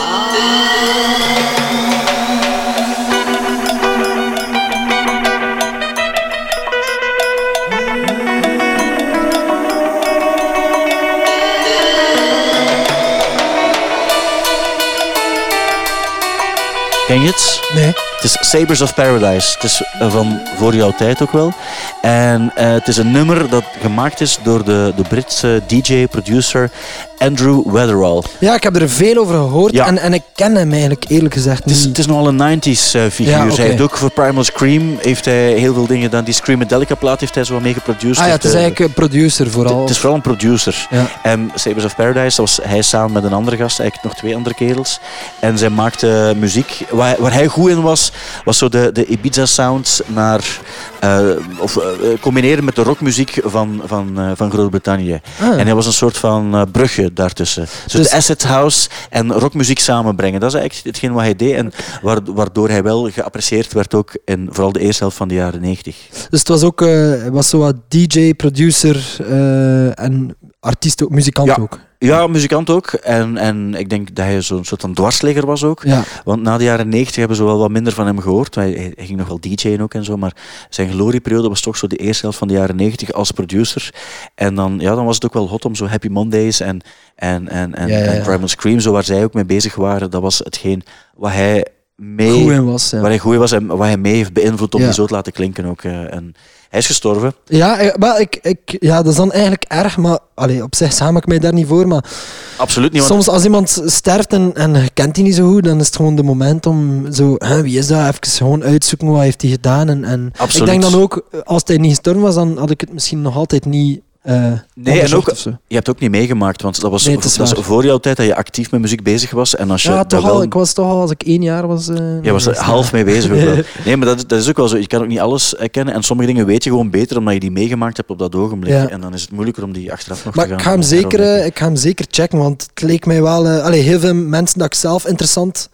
Ken je het? Nee. Het is Sabres of Paradise. Het is van voor jouw tijd ook wel. En uh, het is een nummer dat gemaakt is door de, de Britse D J-producer Andrew Weatherall. Ja, ik heb er veel over gehoord ja. en, en ik ken hem eigenlijk eerlijk gezegd niet. Het is, het is nogal een negenties uh, figuur. Ja, okay. Hij heeft ook voor Primal Scream heeft hij heel veel dingen gedaan. Die Screamadelica plaat heeft hij zo mee geproduceerd. Ah ja, het is eigenlijk een producer vooral. Het is vooral een producer. Ja. En Sabres of Paradise, dat was hij samen met een andere gast, eigenlijk nog twee andere kerels. En zij maakte muziek. Waar, waar hij goed in was, was zo de, de Ibiza-sound naar... Uh, of uh, combineren met de rockmuziek van, van, uh, van Groot-Brittannië. Ah. En hij was een soort van uh, brugje daartussen. Dus, dus de acid house en rockmuziek samenbrengen. Dat is eigenlijk hetgeen wat hij deed en waardoor hij wel geapprecieerd werd ook in vooral de eerste helft van de jaren negentig. Dus het was ook uh, was zo wat D J, producer uh, en artiest ook, muzikant ja. ook. Ja, muzikant ook. En, en ik denk dat hij zo'n soort van dwarsligger was ook. Ja. Want na de jaren negentig hebben ze wel wat minder van hem gehoord. Hij, hij ging nog wel D J'en ook en zo. Maar zijn glorieperiode was toch zo de eerste helft van de jaren negentig als producer. En dan, ja, dan was het ook wel hot om zo Happy Mondays en, en, en, en, ja, ja, ja. en Primal Scream, zo waar zij ook mee bezig waren. Dat was hetgeen wat hij mee... Goed in was, ja. Waar hij goed in was en wat hij mee heeft beïnvloed om ja. die zo te laten klinken ook. En hij is gestorven. Ja, maar ik, ik, ja, dat is dan eigenlijk erg, maar allee, op zich schaam ik mij daar niet voor. Maar absoluut niet. Want... Soms als iemand sterft en, en je kent die niet zo goed, dan is het gewoon de moment om zo, hè, wie is dat? Even gewoon uitzoeken wat heeft hij gedaan. En, en ik denk dan ook, als hij niet gestorven was, dan had ik het misschien nog altijd niet... Uh, nee, en ook, je hebt ook niet meegemaakt, want dat was, nee, dat was voor jouw tijd dat je actief met muziek bezig was. En als je ja, toch wel... al, ik was toch al, als ik één jaar was... Uh, je was er half mee bezig. Ook wel. Nee, maar dat, dat is ook wel zo. Je kan ook niet alles kennen en sommige dingen weet je gewoon beter omdat je die meegemaakt hebt op dat ogenblik. Ja. En dan is het moeilijker om die achteraf nog maar te gaan... Maar ik ga hem zeker, ik ga hem zeker checken, want het leek mij wel... Uh, allez, heel veel mensen dat ik zelf interessant...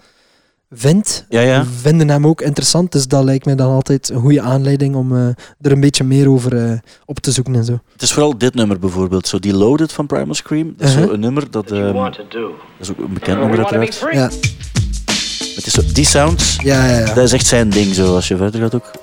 vind, ja, ja. vinden hem ook interessant. Dus dat lijkt mij dan altijd een goede aanleiding om uh, er een beetje meer over uh, op te zoeken en zo. Het is vooral dit nummer bijvoorbeeld, zo die Loaded van Primal Scream. Dat is uh-huh. zo een nummer dat... Um, dat is ook een bekend nummer uiteraard. Ja. Het is zo, die sound, ja, ja, ja. dat is echt zijn ding zo, als je verder gaat ook.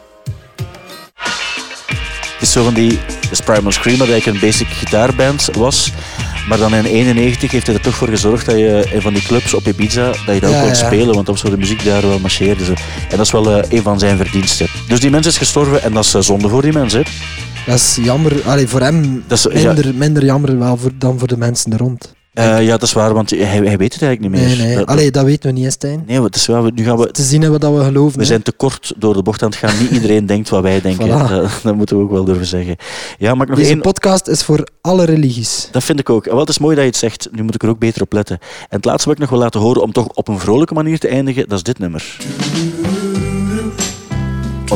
Het is zo van die... Dat is Primal Scream, dat eigenlijk een basic gitaarband was. Maar dan in eenennegentig heeft hij er toch voor gezorgd dat je in van die clubs op Ibiza, dat je dat ja, ook kon ja. spelen, want dan zo de muziek daar wel marcheerde. Zo. En dat is wel uh, een van zijn verdiensten. Dus die mens is gestorven en dat is uh, zonde voor die mens. Hè. Dat is jammer. Allee, voor hem dat is, minder, ja. minder jammer wel voor, dan voor de mensen er rond. Uh, ja, dat is waar, want hij, hij weet het eigenlijk niet meer. Nee, nee. Dat, Allee, dat weten we niet, hè, Stijn. Nee, het is wel, nu gaan we... Te zien hebben dat we geloven. We zijn te kort door de bocht aan het gaan. Niet iedereen denkt wat wij denken. Voilà. Dat, dat moeten we ook wel durven zeggen. Ja, maar ik nog Deze één... podcast is voor alle religies. Dat vind ik ook. Wel, het is mooi dat je het zegt. Nu moet ik er ook beter op letten. En het laatste wat ik nog wil laten horen, om toch op een vrolijke manier te eindigen, dat is dit nummer.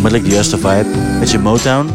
onmiddellijk de juiste vibe. Beetje Motown.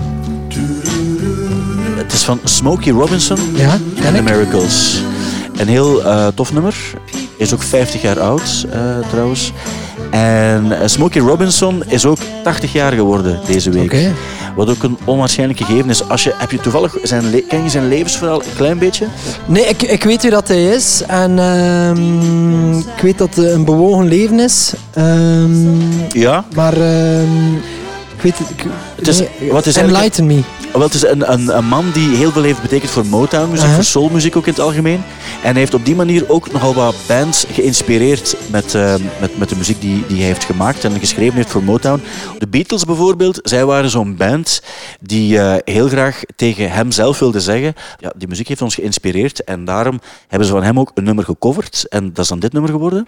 Het is van Smokey Robinson Ja, ken en The ik. Miracles. Een heel uh, tof nummer. Is ook vijftig jaar oud, uh, trouwens. En uh, Smokey Robinson is ook tachtig jaar geworden deze week. Oké. Wat ook een onwaarschijnlijk gegeven is. Als je, heb je toevallig zijn, le- ken je zijn levensverhaal een klein beetje? Nee, ik, ik weet wie dat hij is. En ehm, ik weet dat het een bewogen leven is. Ehm, Ja. maar ehm, ik weet het... Ik, Het is- nee, wat is eigenlijk- enlighten me. Wel, het is een, een, een man die heel veel heeft betekend voor Motown-muziek, Uh-huh. voor soulmuziek ook in het algemeen. En hij heeft op die manier ook nogal wat bands geïnspireerd met, uh, met, met de muziek die, die hij heeft gemaakt en geschreven heeft voor Motown. De Beatles bijvoorbeeld, zij waren zo'n band die uh, heel graag tegen hem zelf wilde zeggen, ja, die muziek heeft ons geïnspireerd en daarom hebben ze van hem ook een nummer gecoverd. En dat is dan dit nummer geworden.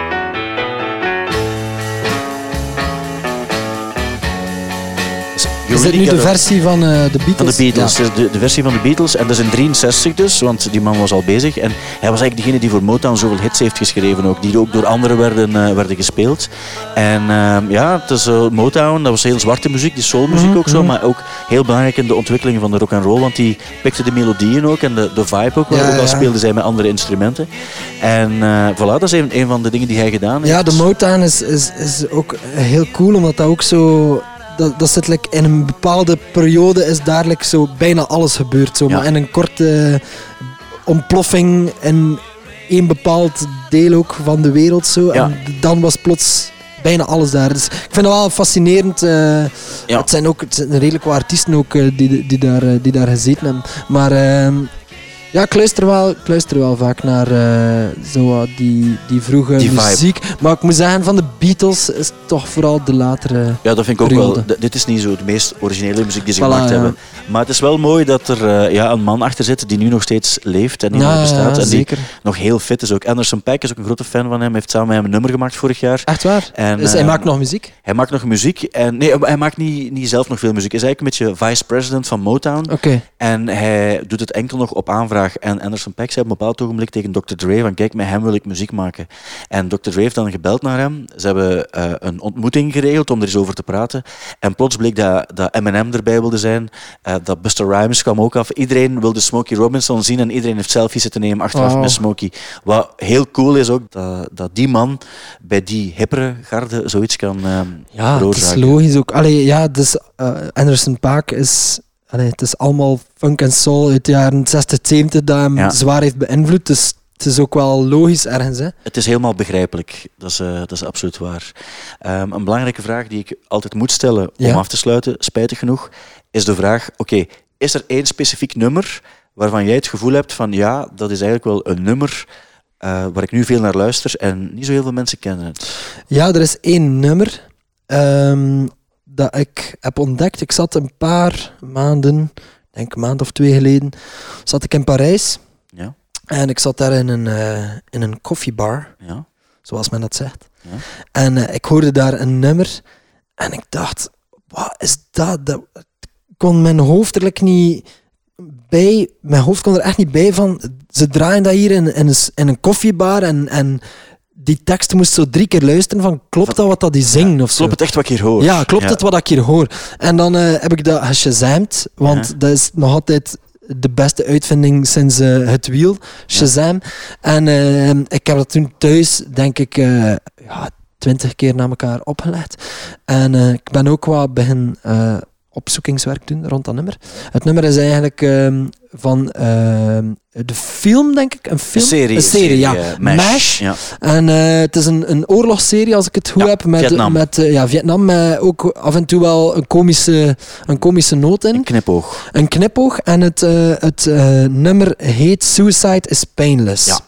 Is dit nu de versie van uh, de Beatles? Van de Beatles, Ja. dus de, de versie van de Beatles. En dat is in drieënzestig dus, want die man was al bezig. En hij was eigenlijk degene die voor Motown zoveel hits heeft geschreven ook, die ook door anderen werden, uh, werden gespeeld. En uh, ja, het is uh, Motown, dat was heel zwarte muziek, die soulmuziek Mm-hmm. ook zo, maar ook heel belangrijk in de ontwikkeling van de rock and roll, want die pikte de melodieën ook en de, de vibe ook, Ja, ook al ja. speelden zij met andere instrumenten. En uh, voilà, dat is een, een van de dingen die hij gedaan heeft. Ja, de Motown is, is, is ook heel cool, omdat dat ook zo... Dat, dat zit like, in een bepaalde periode is daar like, zo bijna alles gebeurd. Zo, Ja. Maar in een korte ontploffing in één bepaald deel ook van de wereld. Zo. Ja. En dan was plots bijna alles daar. Dus ik vind dat wel fascinerend. Uh, Ja. Het zijn ook het zijn redelijk wat artiesten ook, uh, die, die, daar, uh, die daar gezeten hebben. Maar... Uh, ja, ik luister wel, ik luister wel vaak naar uh, zo, wat die, die vroege Die vibe. muziek. Maar ik moet zeggen, van de Beatles is toch vooral de latere... Ja, dat vind ik ook periode. wel. D- dit is niet zo de meest originele muziek die ze Voilà, gemaakt ja. hebben. Maar het is wel mooi dat er uh, ja, een man achter zit die nu nog steeds leeft en die Ja, nog bestaat. ja, en die zeker. nog heel fit is ook. Anderson .Paak is ook een grote fan van hem. Hij heeft samen met hem een nummer gemaakt vorig jaar. Echt waar? En, Dus hij uh, maakt nog muziek? Hij maakt nog muziek. En, nee, hij maakt niet, niet zelf nog veel muziek. Hij is eigenlijk een beetje vice-president van Motown. Oké. En hij doet het enkel nog op aanvraag. En Anderson .Paak zei op een bepaald ogenblik tegen dokter Dre van kijk, met hem wil ik muziek maken. En dokter Dre heeft dan gebeld naar hem. Ze hebben uh, een ontmoeting geregeld om er eens over te praten. En plots bleek dat, dat Eminem erbij wilde zijn. Uh, dat Busta Rhymes kwam ook af. Iedereen wilde Smokey Robinson zien en iedereen heeft selfies zitten nemen achteraf Wow. met Smokey. Wat heel cool is ook, dat, dat die man bij die hippere garde zoiets kan uh, Ja, het is veroorzaken. logisch ook. Allee, ja, dus uh, Anderson .Paak is... Allee, het is allemaal funk en soul uit de jaren zestig, zeventig dat hem Ja. zwaar heeft beïnvloed. Dus het is ook wel logisch ergens, hè. Het is helemaal begrijpelijk. Dat is, uh, dat is absoluut waar. Um, een belangrijke vraag die ik altijd moet stellen om Ja. af te sluiten, spijtig genoeg, is de vraag, oké, okay, is er één specifiek nummer waarvan jij het gevoel hebt van ja, dat is eigenlijk wel een nummer uh, waar ik nu veel naar luister en niet zo heel veel mensen kennen het. Ja, er is één nummer um, dat ik heb ontdekt. Ik zat een paar maanden, denk een maand of twee geleden, zat ik in Parijs. Ja? En ik zat daar in een, uh, in een koffiebar, Ja? zoals men dat zegt. Ja? En uh, ik hoorde daar een nummer en ik dacht, wat is dat? Dat kon mijn hoofd er like niet bij, mijn hoofd kon er echt niet bij van, ze draaien dat hier in, in, een, in een koffiebar en, en die tekst moest zo drie keer luisteren van, klopt dat wat dat die zingen of zo? Klopt het echt wat ik hier hoor? Ja, klopt Ja. het wat ik hier hoor? En dan uh, heb ik dat geshazamd, want Ja. dat is nog altijd de beste uitvinding sinds uh, het wiel, Shazam. En uh, ik heb dat toen thuis, denk ik, uh, ja, twintig keer na elkaar opgelegd. En uh, ik ben ook wat begin uh, opzoekingswerk doen rond dat nummer. Het nummer is eigenlijk um, van uh, de film, denk ik. Een film? Een serie. Een serie, ja. uh, MASH. MASH. Ja. En uh, het is een, een oorlogsserie, als ik het goed Ja, heb. Met, Vietnam. Met, uh, ja, Vietnam, met ook af en toe wel een komische, een komische noot in. Een knipoog. Een knipoog. En het, uh, het uh, nummer heet Suicide is Painless. Ja.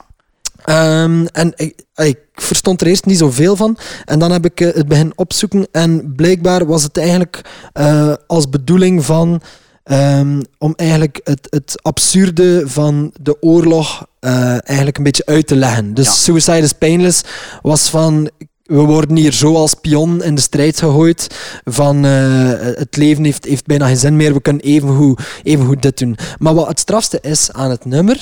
Um, en ik, ik verstond er eerst niet zoveel van. En dan heb ik uh, het begin opzoeken. En blijkbaar was het eigenlijk uh, als bedoeling van... Um, om eigenlijk het, het absurde van de oorlog uh, eigenlijk een beetje uit te leggen. Dus Ja. Suicide is Painless was van... We worden hier zo als pion in de strijd gegooid van uh, het leven heeft, heeft bijna geen zin meer, we kunnen evengoed, evengoed dit doen. Maar wat het strafste is aan het nummer,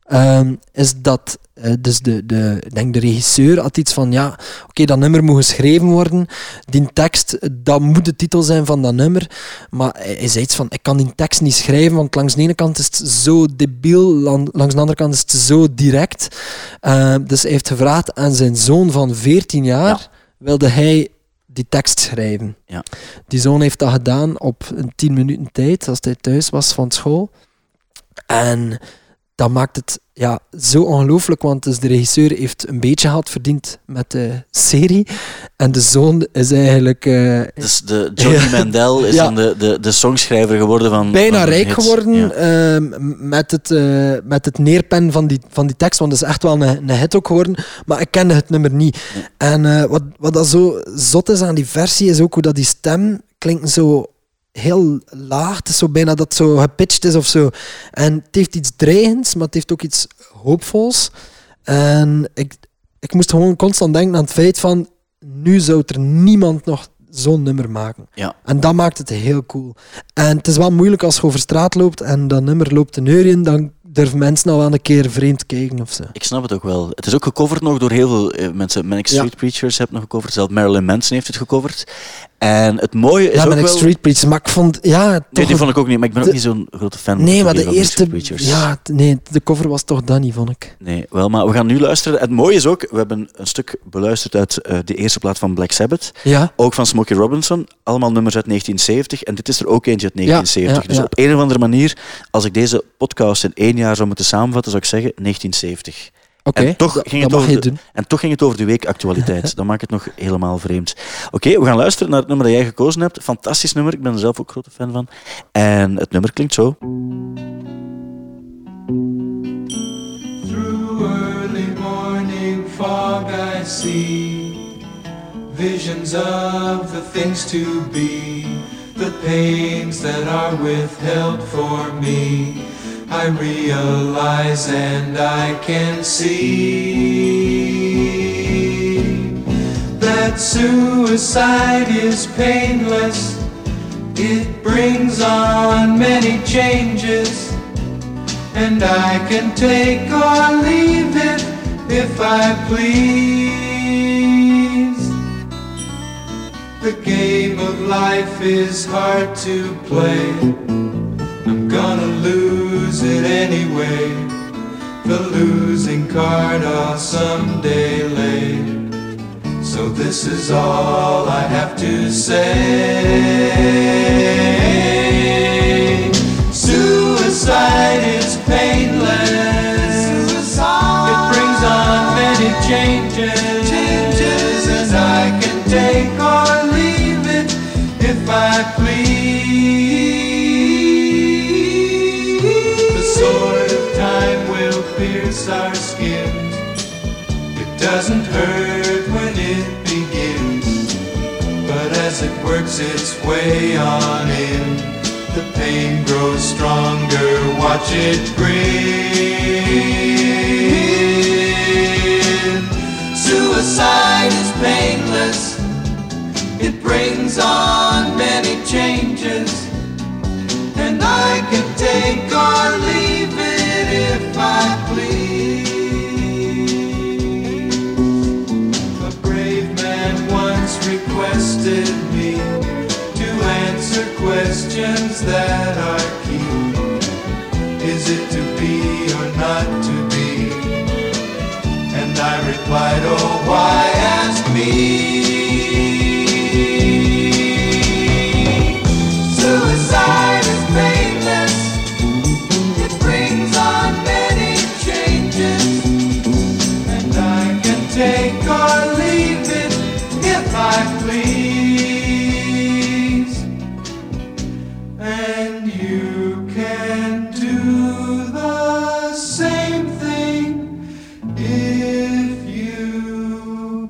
um, is dat uh, dus de, de, ik denk de regisseur had iets van, ja, oké, okay, dat nummer moet geschreven worden. Die tekst, dat moet de titel zijn van dat nummer. Maar hij, hij zei iets van, ik kan die tekst niet schrijven, want langs de ene kant is het zo debiel, langs de andere kant is het zo direct. Uh, dus hij heeft gevraagd aan zijn zoon van veertien jaar, ja. wilde hij die tekst schrijven. Ja. Die zoon heeft dat gedaan op een tien minuten tijd, als hij thuis was van school. En dat maakt het ja, zo ongelooflijk, want dus de regisseur heeft een beetje geld verdiend met de serie. En de zoon is eigenlijk... Uh, dus de Johnny Mandel is ja. dan de, de, de songschrijver geworden van... Bijna van rijk hits. geworden ja. uh, met, het, uh, met het neerpennen van die, van die tekst, want het is echt wel een, een hit ook geworden, maar ik kende het nummer niet. Ja. En uh, wat, wat dat zo zot is aan die versie, is ook hoe dat die stem klinkt zo... heel laag, het is zo bijna dat het zo gepitcht is of zo. En het heeft iets dreigends, maar het heeft ook iets hoopvols. En ik, ik moest gewoon constant denken aan het feit van nu zou er niemand nog zo'n nummer maken. Ja. En dat maakt het heel cool. En het is wel moeilijk als je over straat loopt en dat nummer loopt een uur in, dan durven mensen al wel een keer vreemd kijken of zo. Ik snap het ook wel. Het is ook gecoverd nog door heel veel eh, mensen. Manic Street ja. Preachers hebben nog gecoverd. Zelfs Marilyn Manson heeft het gecoverd. En het mooie is ja, ook Manic wel... Street Preachers, maar ik vond... Ja, toch nee, die vond ik ook niet, maar ik ben de... ook niet zo'n grote fan. Nee, maar de van eerste... Preachers. Ja, nee, de cover was toch dat niet, vond ik. Nee, wel, maar we gaan nu luisteren. Het mooie is ook, we hebben een stuk beluisterd uit uh, de eerste plaat van Black Sabbath. Ja. Ook van Smokey Robinson. Allemaal nummers uit negentien zeventig. En dit is er ook eentje uit negentien zeventig. Ja, ja, dus ja. op een of andere manier, als ik deze podcast in één jaar zou moeten samenvatten, zou ik zeggen negentien zeventig. Oké, en, toch dat, ging dat het mag over je de, doen. en toch ging het over de weekactualiteit. Dat maakt het nog helemaal vreemd. Oké, okay, we gaan luisteren naar het nummer dat jij gekozen hebt. Fantastisch nummer, ik ben er zelf ook grote fan van. En het nummer klinkt zo. Through early morning fog I see visions of the things to be, the pains that are withheld for me. I realize and I can see that suicide is painless. It brings on many changes, and I can take or leave it if I please. The game of life is hard to play. I'm gonna lose it anyway. The losing card I'll someday lay. So this is all I have to say. Suicide is painless. Suicide. It brings on many changes. Changes. And I can take or leave it if I please. Sword of time will pierce our skins. It doesn't hurt when it begins, but as it works its way on in, the pain grows stronger. Watch it grin. Suicide is painless. It brings on many changes, and I can take or leave it if I please. A brave man once requested me to answer questions that are key. Is it to be or not to be? And I replied, oh, why ask me? Suicide is painless. It brings on many changes, and I can take or leave it if I please. And you can do the same thing if you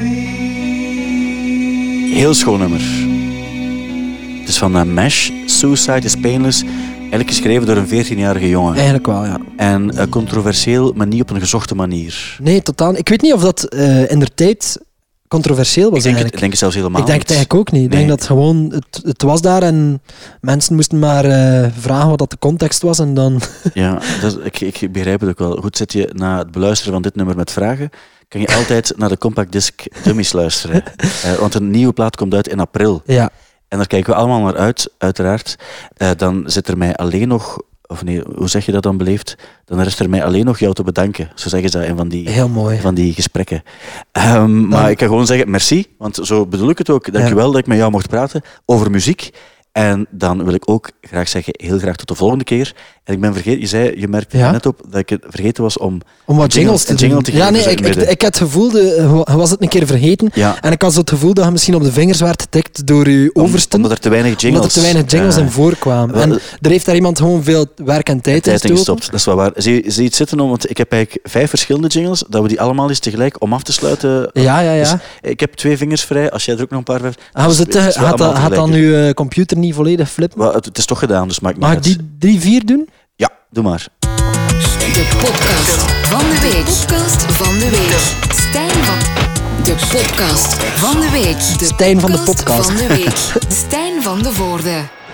please. Heel schoon nummer. Het is van uh, Mesh, Suicide is Painless. Eigenlijk geschreven door een veertienjarige jongen. Eigenlijk wel, ja. En uh, controversieel, maar niet op een gezochte manier. Nee, totaal. Ik weet niet of dat uh, in der tijd controversieel was Ik denk, het, eigenlijk. ik denk het zelfs helemaal Ik denk het niet. eigenlijk ook niet. Ik Nee. denk dat gewoon, het, het was daar en mensen moesten maar uh, vragen wat dat de context was en dan... Ja, dat, ik, ik begrijp het ook wel. Goed, zit je na het beluisteren van dit nummer met vragen, kan je altijd naar de Compact Disc Dummies luisteren. Uh, want een nieuwe plaat komt uit in april. Ja. En daar kijken we allemaal naar uit, uiteraard. Uh, dan zit er mij alleen nog... Of nee, hoe zeg je dat dan beleefd? Dan rest er mij alleen nog jou te bedanken. Zo zeggen ze dat in van die, Heel mooi. van die gesprekken. Um, maar Dan... ik kan gewoon zeggen, merci. Want zo bedoel ik het ook. Dank je wel dat ik met jou mocht praten over muziek. En dan wil ik ook graag zeggen, heel graag tot de volgende keer. En ik ben vergeten, je zei, je merkte ja? net op dat ik het vergeten was om... Om wat jingles te jingle doen. te ja, nee, ik, ik, ik had het gevoel, de, je was het een keer vergeten. Ja. En ik had zo het gevoel dat je misschien op de vingers werd getikt door je Om, oversten. omdat er te weinig jingles... Omdat er te weinig jingles uh, in voorkwamen. wel, En er heeft daar iemand gewoon veel werk en tijd, tijd in in gestoken. gestopt. Dat is wel waar. Zie, zie je het zitten om, want ik heb eigenlijk vijf verschillende jingles, dat we die allemaal eens tegelijk om af te sluiten. Ja, ja, ja. Dus ik heb twee vingers vrij, als jij er ook nog een paar hebt. Ah, dus het, het is wel had, allemaal had dan tegelijk. uw uh, computer niet volledig flippen? Wel, het, het is toch gedaan, dus maakt niet Mag ik uit. die drie, vier doen? Ja, doe maar. De podcast van de week. podcast van de week. Stijn van... De podcast van de week. De Stijn van de podcast. van de week. Stijn van de Voorde.